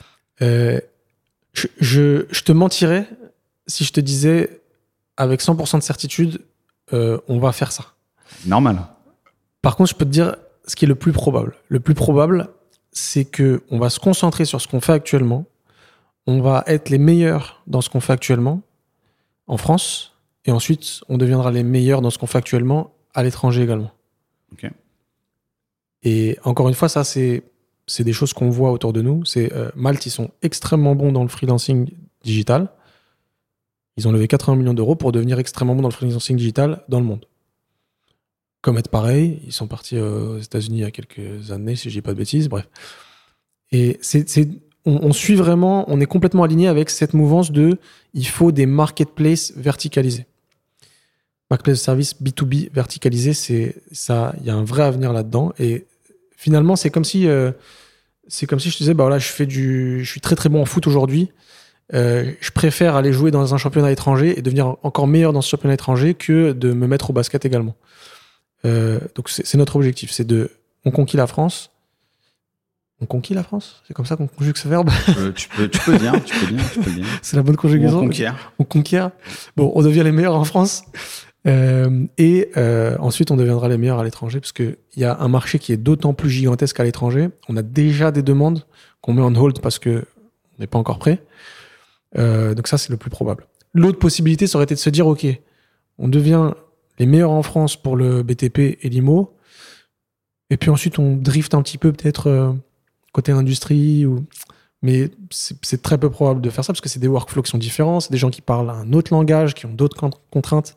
Je te mentirais si je te disais avec 100% de certitude, on va faire ça. Normal. Par contre, je peux te dire ce qui est le plus probable. Le plus probable, c'est qu'on va se concentrer sur ce qu'on fait actuellement. On va être les meilleurs dans ce qu'on fait actuellement en France, et ensuite, on deviendra les meilleurs dans ce qu'on fait actuellement à l'étranger également. Ok. Et encore une fois, ça, c'est des choses qu'on voit autour de nous. Malte, ils sont extrêmement bons dans le freelancing digital. Ils ont levé 80 millions d'euros pour devenir extrêmement bons dans le freelancing digital dans le monde. Comet, pareil, ils sont partis aux États-Unis il y a quelques années, si je dis pas de bêtises, bref. Et on suit vraiment, on est complètement aligné avec cette mouvance il faut des marketplaces verticalisés. Marketplace de services B2B verticalisés, il y a un vrai avenir là-dedans. Et finalement, c'est comme si je te disais, bah voilà, je suis très très bon en foot aujourd'hui. Je préfère aller jouer dans un championnat étranger et devenir encore meilleur dans ce championnat étranger que de me mettre au basket également. Donc c'est notre objectif, on conquit la France. On conquit la France? C'est comme ça qu'on conjugue ce verbe? Tu peux dire. C'est la bonne conjugaison. On conquiert. Bon, on devient les meilleurs en France. Ensuite, on deviendra les meilleurs à l'étranger parce qu'il y a un marché qui est d'autant plus gigantesque à l'étranger. On a déjà des demandes qu'on met en hold parce qu'on n'est pas encore prêt. Donc ça, c'est le plus probable. L'autre possibilité, ça aurait été de se dire, OK, on devient les meilleurs en France pour le BTP et l'IMO. Et puis ensuite, on drift un petit peu peut-être côté industrie. Mais c'est très peu probable de faire ça parce que c'est des workflows qui sont différents. C'est des gens qui parlent un autre langage, qui ont d'autres contraintes.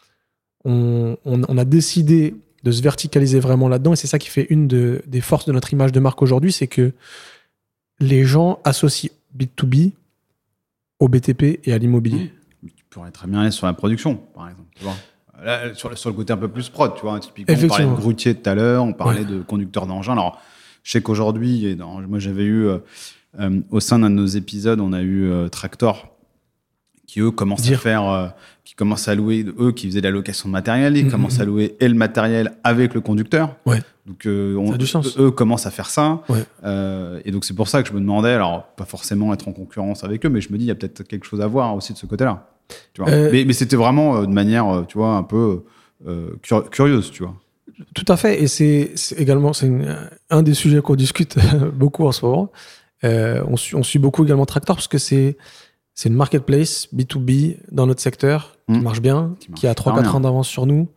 On a décidé de se verticaliser vraiment là-dedans et c'est ça qui fait une des forces de notre image de marque aujourd'hui, c'est que les gens associent B2B au BTP et à l'immobilier. Tu pourrais très bien aller sur la production, par exemple. Tu vois. Là, sur le côté un peu plus prod, tu vois. Typiquement, on parlait de grutier tout à l'heure, on parlait de conducteur d'engin. Alors, je sais qu'aujourd'hui, moi j'avais eu, au sein d'un de nos épisodes, on a eu Tractor, qui eux commencent à faire, qui commencent à louer, eux qui faisaient de la location de matériel, ils commencent à louer et le matériel avec le conducteur. Ouais. Donc ça a du sens. Eux commencent à faire ça. Ouais. Et donc c'est pour ça que je me demandais, alors pas forcément être en concurrence avec eux, mais je me dis il y a peut-être quelque chose à voir aussi de ce côté-là. Tu vois. Mais c'était vraiment de manière, tu vois, un peu curieuse, tu vois. Tout à fait. Et c'est également un des sujets qu'on discute beaucoup en ce moment. On suit beaucoup également Tractor parce que c'est une marketplace B2B dans notre secteur qui marche bien, qui a 3-4 ans d'avance sur nous.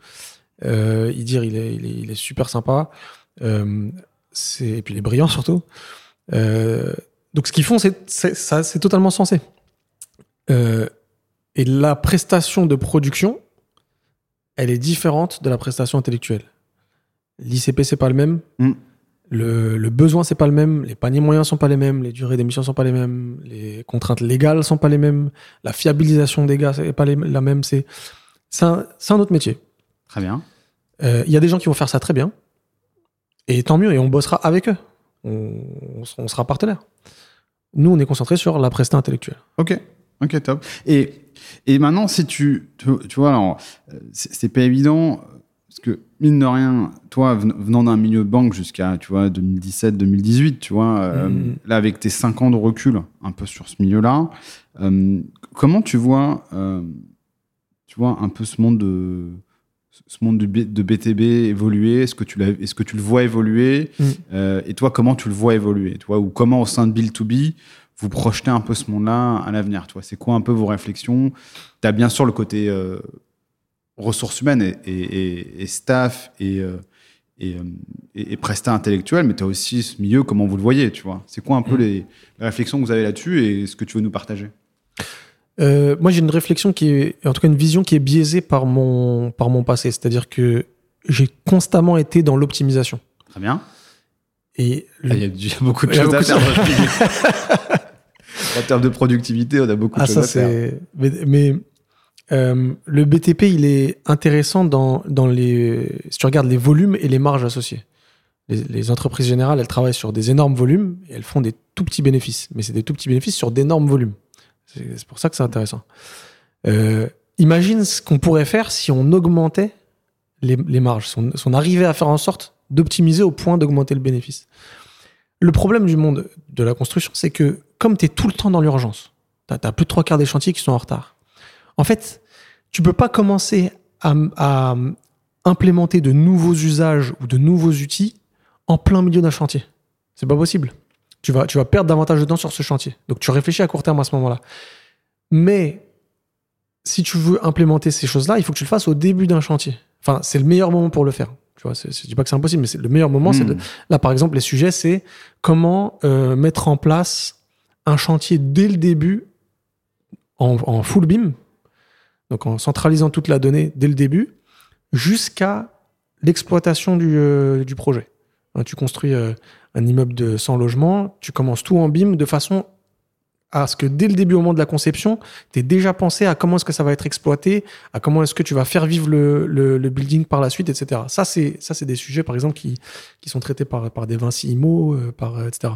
Il est super sympa. Et puis il est brillant surtout. Donc ce qu'ils font, c'est totalement sensé. Et la prestation de production, elle est différente de la prestation intellectuelle. L'ICP, c'est pas le même. Le besoin, c'est pas le même. Les paniers moyens sont pas les mêmes. Les durées d'émission sont pas les mêmes. Les contraintes légales sont pas les mêmes. La fiabilisation des gars, c'est pas la même. C'est un autre métier. Très bien. Il y a des gens qui vont faire ça très bien. Et tant mieux. Et on bossera avec eux. On sera partenaires. Nous, on est concentrés sur la prestation intellectuelle. Ok. Ok, top. Et maintenant, si tu vois, alors, c'est pas évident, parce que, mine de rien, toi, venant d'un milieu de banque jusqu'à, tu vois, 2017, 2018, tu vois, là, avec tes 5 ans de recul, un peu sur ce milieu-là, comment tu vois un peu ce monde de BTB évoluer? Est-ce que tu le vois évoluer? Et toi, comment tu le vois évoluer? Toi, ou comment, au sein de Build2B, vous projetez un peu ce monde-là à l'avenir? Toi, c'est quoi un peu vos réflexions? Tu as bien sûr le côté ressources humaines et staff et prestat intellectuel, mais tu as aussi ce milieu, comment vous le voyez, tu vois? C'est quoi un peu les réflexions que vous avez là-dessus et ce que tu veux nous partager? Moi, j'ai une réflexion en tout cas une vision qui est biaisée par mon passé. C'est-à-dire que j'ai constamment été dans l'optimisation. Très bien. Et il y a beaucoup de choses à faire. En termes de productivité, on a beaucoup de choses à faire. Mais le BTP, il est intéressant si tu regardes les volumes et les marges associées. Les entreprises générales, elles travaillent sur des énormes volumes et elles font des tout petits bénéfices. Mais c'est des tout petits bénéfices sur d'énormes volumes. C'est pour ça que c'est intéressant. Imagine ce qu'on pourrait faire si on augmentait les marges, si on arrivait à faire en sorte d'optimiser au point d'augmenter le bénéfice. Le problème du monde de la construction, c'est que comme tu es tout le temps dans l'urgence, tu as plus de 3/4 des chantiers qui sont en retard. En fait, tu peux pas commencer à implémenter de nouveaux usages ou de nouveaux outils en plein milieu d'un chantier. C'est pas possible. Tu vas perdre davantage de temps sur ce chantier. Donc, tu réfléchis à court terme à ce moment-là. Mais si tu veux implémenter ces choses-là, il faut que tu le fasses au début d'un chantier. Enfin, c'est le meilleur moment pour le faire. Tu vois, je dis pas que c'est impossible, mais c'est le meilleur moment. Là, par exemple, les sujets, c'est comment mettre en place un chantier dès le début en full BIM, donc en centralisant toute la donnée dès le début, jusqu'à l'exploitation du projet. Tu construis un immeuble de 100 logements, tu commences tout en BIM de façon à ce que dès le début, au moment de la conception, tu aies déjà pensé à comment est-ce que ça va être exploité, à comment est-ce que tu vas faire vivre le building par la suite, etc. Ça, c'est des sujets, par exemple, qui sont traités par des Vinci Immo, etc.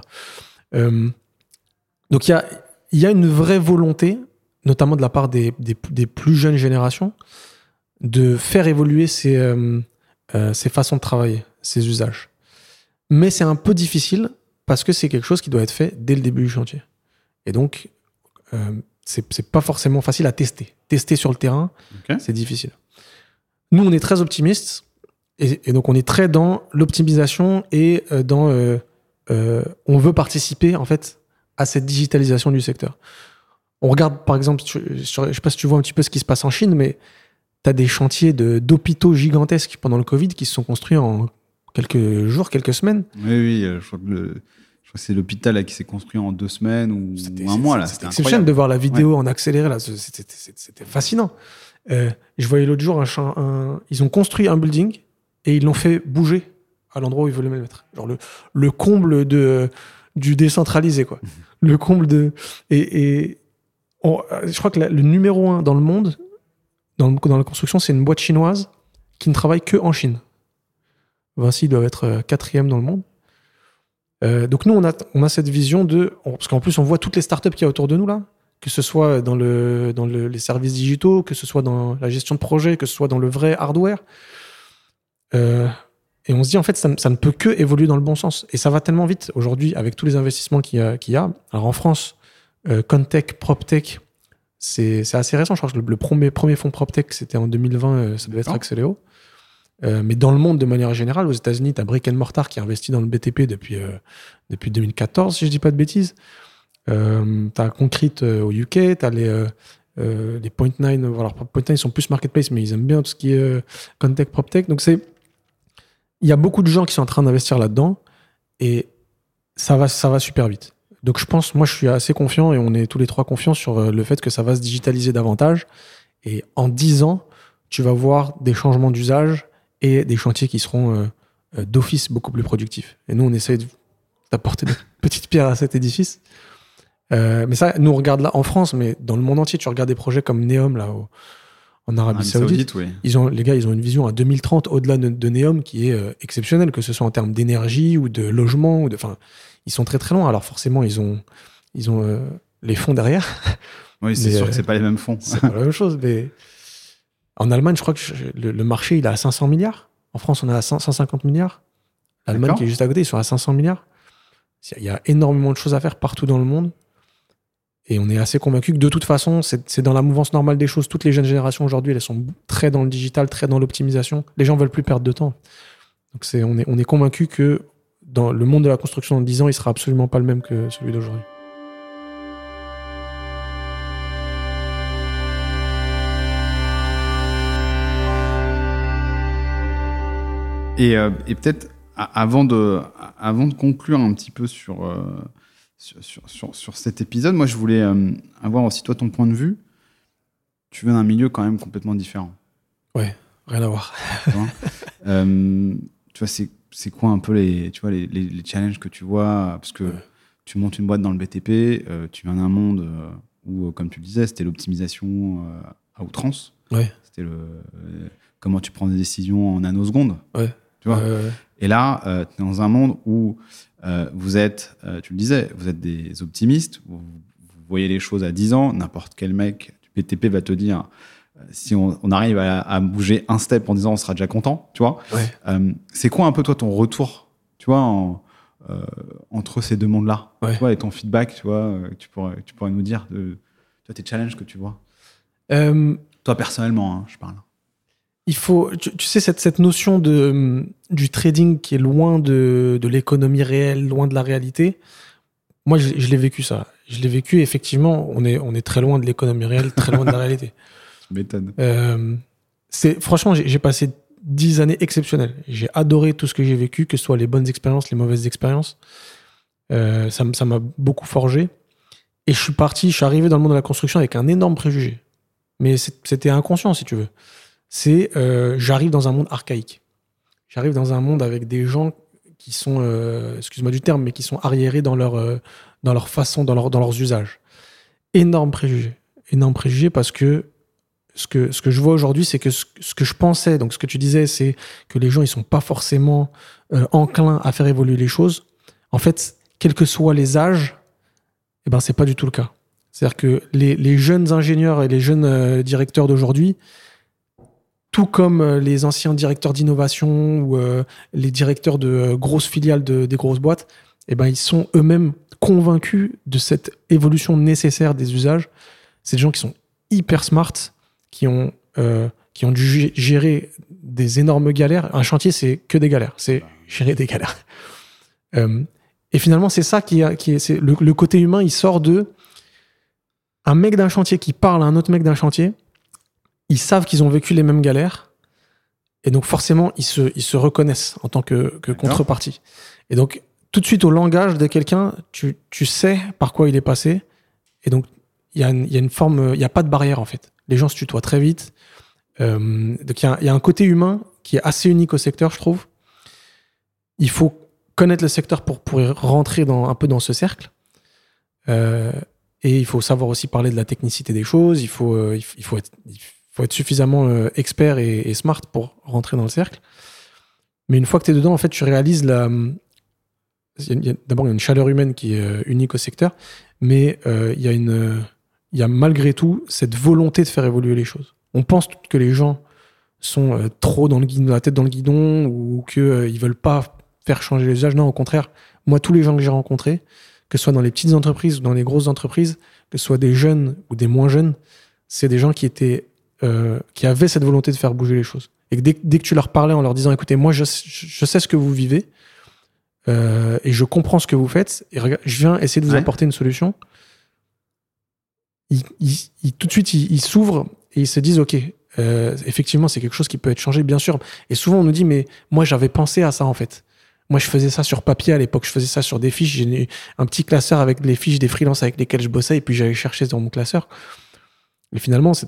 Donc, il y a une vraie volonté, notamment de la part des plus jeunes générations, de faire évoluer ces façons de travailler, ces usages. Mais c'est un peu difficile parce que c'est quelque chose qui doit être fait dès le début du chantier. Et donc, c'est pas forcément facile à tester. Tester sur le terrain, C'est difficile. Nous, on est très optimistes et donc on est très dans l'optimisation et on veut participer en fait à cette digitalisation du secteur. On regarde par exemple, je sais pas si tu vois un petit peu ce qui se passe en Chine, mais tu as des chantiers d'hôpitaux gigantesques pendant le Covid qui se sont construits en quelques jours, quelques semaines. Oui, je crois que c'est l'hôpital là, qui s'est construit en 2 semaines ou un mois. Là. C'était exceptionnel de voir la vidéo en accéléré. Là. C'était fascinant. Je voyais l'autre jour, ils ont construit un building et ils l'ont fait bouger à l'endroit où ils voulaient le mettre. Genre le comble du décentralisé, quoi. Le comble de... je crois que le numéro 1 dans le monde, dans la construction, c'est une boîte chinoise qui ne travaille que en Chine. Vinci doit être 4e dans le monde. Donc nous, on a cette vision parce qu'en plus, on voit toutes les startups qu'il y a autour de nous, là, que ce soit dans les services digitaux, que ce soit dans la gestion de projet, que ce soit dans le vrai hardware. Et on se dit, en fait, ça ne peut que évoluer dans le bon sens. Et ça va tellement vite aujourd'hui avec tous les investissements qu'il y a. Alors en France, Contech, PropTech, c'est assez récent. Je crois que le premier fonds PropTech, c'était en 2020, ça devait être Axeléo. Mais dans le monde, de manière générale, aux États-Unis, tu as Brick & Mortar qui investit dans le BTP depuis 2014, si je dis pas de bêtises. Tu as Concrete au UK, tu as les Point9. Alors, Point9, ils sont plus marketplace, mais ils aiment bien tout ce qui est Contech, PropTech. Donc, il y a beaucoup de gens qui sont en train d'investir là-dedans et ça va super vite. Donc, moi, je suis assez confiant et on est tous les trois confiants sur le fait que ça va se digitaliser davantage. Et en 10 ans, tu vas voir des changements d'usage et des chantiers qui seront d'office beaucoup plus productifs. Et nous, on essaye d'apporter notre petite pierre à cet édifice. Mais ça, nous, on regarde là en France, mais dans le monde entier, tu regardes des projets comme Neom, là, en Arabie Saoudite. Oui. Les gars, ils ont une vision à 2030 au-delà de Neom qui est exceptionnelle, que ce soit en termes d'énergie ou de logement. Ils sont très, très loin. Alors forcément, ils ont les fonds derrière. Oui, c'est sûr que c'est pas les mêmes fonds. C'est pas la même chose. Mais en Allemagne, je crois que le marché, il est à 500 milliards. En France, on est à 150 milliards. L'Allemagne, D'accord. qui est juste à côté, ils sont à 500 milliards. Il y a énormément de choses à faire partout dans le monde. Et on est assez convaincu que de toute façon, c'est dans la mouvance normale des choses. Toutes les jeunes générations aujourd'hui, elles sont très dans le digital, très dans l'optimisation. Les gens veulent plus perdre de temps. Donc on est convaincu que dans le monde de la construction dans 10 ans, il sera absolument pas le même que celui d'aujourd'hui. Et peut-être avant de conclure un petit peu sur cet épisode, moi je voulais avoir aussi toi ton point de vue. Tu viens d'un milieu quand même complètement différent. Ouais, rien à voir. Tu vois, c'est quoi un peu les challenges que tu vois, parce que tu montes une boîte dans le BTP, tu viens d'un monde où, comme tu le disais, c'était l'optimisation à outrance. Ouais. C'était comment tu prends des décisions en nanosecondes. Ouais. Tu vois. Et là, tu es dans un monde où vous êtes, tu le disais, vous êtes des optimistes, vous voyez les choses à 10 ans, n'importe quel mec du BTP va te dire, si on arrive à bouger un step en disant on sera déjà content, tu vois. Ouais. C'est quoi un peu toi ton retour, tu vois, entre ces deux mondes-là, tu vois, et ton feedback, tu vois, tu pourrais nous dire toi, tes challenges que tu vois. Toi personnellement, hein, je parle. Il faut, tu sais, cette notion du trading qui est loin de l'économie réelle, loin de la réalité. Moi, je l'ai vécu ça. Je l'ai vécu, effectivement, on est très loin de l'économie réelle, très loin de la réalité. Tu m'étonnes. Franchement, j'ai passé 10 années exceptionnelles. J'ai adoré tout ce que j'ai vécu, que ce soit les bonnes expériences, les mauvaises expériences. Ça m'a beaucoup forgé. Et je suis arrivé dans le monde de la construction avec un énorme préjugé. Mais c'était inconscient, si tu veux. J'arrive dans un monde archaïque. J'arrive dans un monde avec des gens qui sont, excuse-moi du terme, mais qui sont arriérés dans leur façon, dans leurs usages. Énorme préjugé parce que ce que je vois aujourd'hui, c'est que ce que je pensais, donc ce que tu disais, c'est que les gens, ils sont pas forcément enclins à faire évoluer les choses. En fait, quels que soient les âges, eh ben, c'est pas du tout le cas. C'est-à-dire que les jeunes ingénieurs et les jeunes directeurs d'aujourd'hui, tout comme les anciens directeurs d'innovation ou les directeurs de grosses filiales des grosses boîtes, eh ben, ils sont eux-mêmes convaincus de cette évolution nécessaire des usages. C'est des gens qui sont hyper smart, qui ont dû gérer des énormes galères. Un chantier, c'est que des galères. C'est gérer des galères. Et finalement, c'est ça c'est le côté humain, il sort de un mec d'un chantier qui parle à un autre mec d'un chantier. Ils savent qu'ils ont vécu les mêmes galères. Et donc, forcément, ils se reconnaissent en tant que contrepartie. Et donc, tout de suite, au langage de quelqu'un, tu sais par quoi il est passé. Et donc, il y a une forme, il n'y a pas de barrière, en fait. Les gens se tutoient très vite. Donc, il y a un côté humain qui est assez unique au secteur, je trouve. Il faut connaître le secteur pour rentrer un peu dans ce cercle. Et il faut savoir aussi parler de la technicité des choses. Il faut être suffisamment expert et smart pour rentrer dans le cercle. Mais une fois que tu es dedans, en fait, tu réalises d'abord, il y a une chaleur humaine qui est unique au secteur, mais il y a malgré tout cette volonté de faire évoluer les choses. On pense que les gens sont trop dans la tête dans le guidon ou qu'ils veulent pas faire changer les usages. Non, au contraire, moi, tous les gens que j'ai rencontrés, que ce soit dans les petites entreprises ou dans les grosses entreprises, que ce soit des jeunes ou des moins jeunes, c'est des gens qui avaient cette volonté de faire bouger les choses. Et que dès que tu leur parlais en leur disant, écoutez, moi, je sais ce que vous vivez et je comprends ce que vous faites et je viens essayer de vous apporter une solution, tout de suite, ils s'ouvrent et ils se disent, OK, effectivement, c'est quelque chose qui peut être changé, bien sûr. Et souvent, on nous dit, mais moi, j'avais pensé à ça, en fait. Moi, je faisais ça sur papier à l'époque. Je faisais ça sur des fiches. J'ai un petit classeur avec les fiches des freelances avec lesquels je bossais et puis j'allais chercher dans mon classeur. Et finalement, tout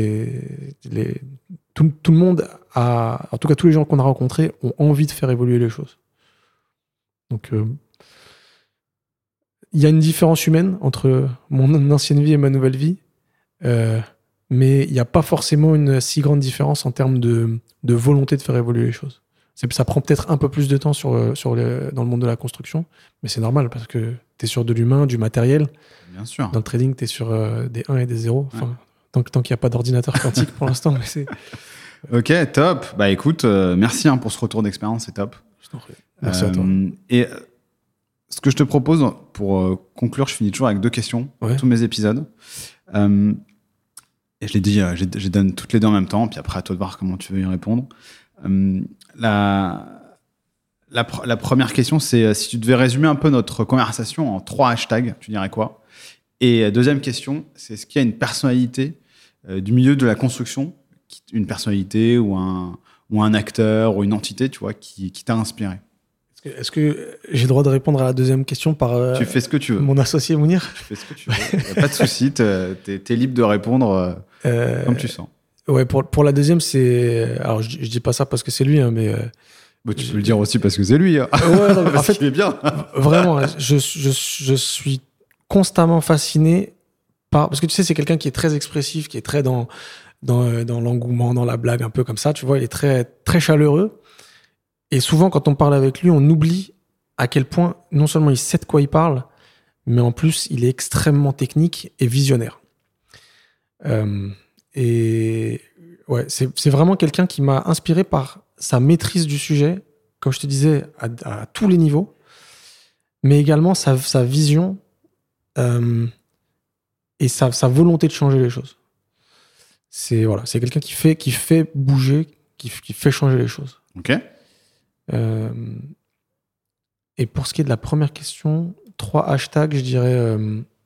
le monde en tout cas, tous les gens qu'on a rencontrés ont envie de faire évoluer les choses. Donc, il y a une différence humaine entre mon ancienne vie et ma nouvelle vie. Mais il n'y a pas forcément une si grande différence en termes de volonté de faire évoluer les choses. Ça prend peut-être un peu plus de temps dans le monde de la construction, mais c'est normal parce que es sur de l'humain, du matériel. Bien sûr. Dans le trading, tu es sur des 1 et des 0. Enfin, tant qu'il n'y a pas d'ordinateur quantique pour l'instant. Mais c'est... Ok, top. Bah écoute, merci pour ce retour d'expérience, c'est top. Je t'en prie. Merci à toi. Et ce que je te propose, pour conclure, je finis toujours avec 2 questions pour tous mes épisodes. Et je l'ai dit, je les donne toutes les 2 en même temps, puis après à toi de voir comment tu veux y répondre. La première question, c'est si tu devais résumer un peu notre conversation en 3 hashtags, tu dirais quoi? Et deuxième question, c'est est-ce qu'il y a une personnalité du milieu de la construction, une personnalité ou un acteur ou une entité, tu vois, qui t'a inspiré? Est-ce que j'ai le droit de répondre à la deuxième question par tu fais ce que tu veux. Mon associé Mounir? Tu fais ce que tu veux. Il n'y a pas de souci, t'es libre de répondre comme tu sens. Ouais, pour la deuxième, c'est... Alors, je dis pas ça parce que c'est lui, hein, mais... tu peux le dire aussi parce que c'est lui. Hein. Ouais, non, en fait, il est bien. Vraiment, je suis constamment fasciné par... Parce que tu sais, c'est quelqu'un qui est très expressif, qui est très dans l'engouement, dans la blague, un peu comme ça. Tu vois, il est très, très chaleureux. Et souvent, quand on parle avec lui, on oublie à quel point, non seulement il sait de quoi il parle, mais en plus, il est extrêmement technique et visionnaire. Et ouais, c'est vraiment quelqu'un qui m'a inspiré par sa maîtrise du sujet, comme je te disais, à tous les niveaux, mais également sa vision et sa volonté de changer les choses. C'est quelqu'un qui fait bouger, qui fait changer les choses. Ok. Et pour ce qui est de la première question, 3 hashtags, je dirais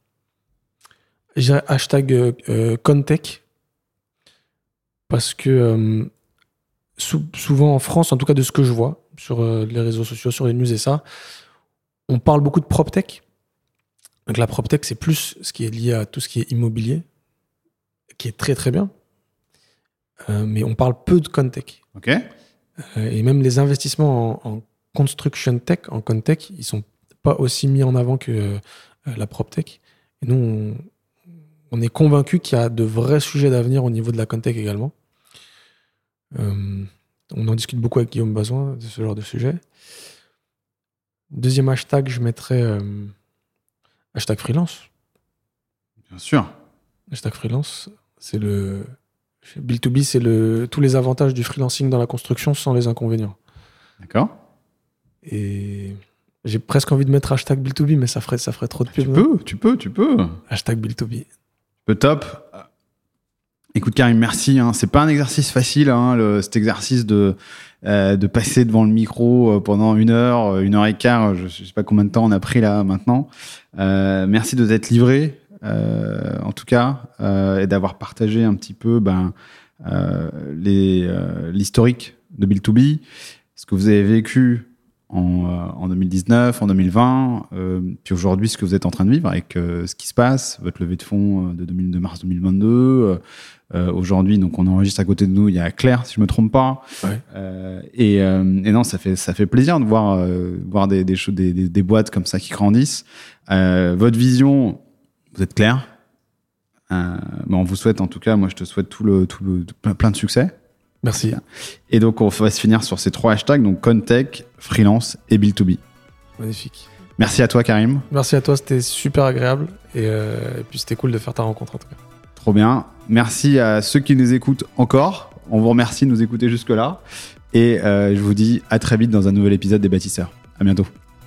hashtag Contech, parce que souvent en France, en tout cas de ce que je vois sur les réseaux sociaux, sur les news et ça, on parle beaucoup de PropTech. Donc la PropTech, c'est plus ce qui est lié à tout ce qui est immobilier, qui est très très bien, mais on parle peu de Contech. Ok. Et même les investissements en construction tech, en Contech, ils sont pas aussi mis en avant que la PropTech. Et nous, on est convaincus qu'il y a de vrais sujets d'avenir au niveau de la Contech également. On en discute beaucoup avec Guillaume Bazoin de ce genre de sujet. Deuxième hashtag, je mettrais hashtag freelance. Bien sûr. Hashtag freelance, c'est le... Build2B, c'est tous les avantages du freelancing dans la construction sans les inconvénients. D'accord. Et j'ai presque envie de mettre hashtag Build2B, mais ça ferait trop de pub. Tu peux. Hashtag Build2B. Top. Écoute Karim, merci. C'est pas un exercice facile, cet exercice de passer devant le micro pendant 1 heure, 1 heure et quart. Je sais pas combien de temps on a pris là maintenant. Merci de t'être livré. En tout cas, et d'avoir partagé un petit peu l'historique de Build2B, ce que vous avez vécu en 2019, en 2020, puis aujourd'hui ce que vous êtes en train de vivre avec ce qui se passe, votre levée de fonds de mars 2022. Aujourd'hui, donc on enregistre à côté de nous, il y a Claire, si je me trompe pas. Ouais. Et non, ça fait plaisir de voir des boîtes comme ça qui grandissent. Votre vision, vous êtes clair. On vous souhaite, en tout cas, moi je te souhaite plein de succès. Merci. Et donc on va se finir sur ces 3 hashtags, donc Contech, freelance et Build2B. Magnifique. Merci à toi Karim. Merci à toi, c'était super agréable et puis c'était cool de faire ta rencontre en tout cas. Trop bien. Merci à ceux qui nous écoutent encore. On vous remercie de nous écouter jusque-là. Et je vous dis à très vite dans un nouvel épisode des Bâtisseurs. À bientôt.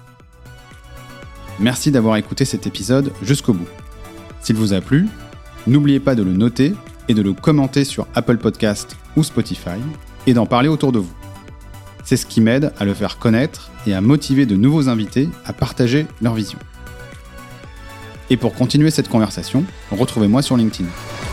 Merci d'avoir écouté cet épisode jusqu'au bout. S'il vous a plu, n'oubliez pas de le noter et de le commenter sur Apple Podcast ou Spotify et d'en parler autour de vous. C'est ce qui m'aide à le faire connaître et à motiver de nouveaux invités à partager leur vision. Et pour continuer cette conversation, retrouvez-moi sur LinkedIn.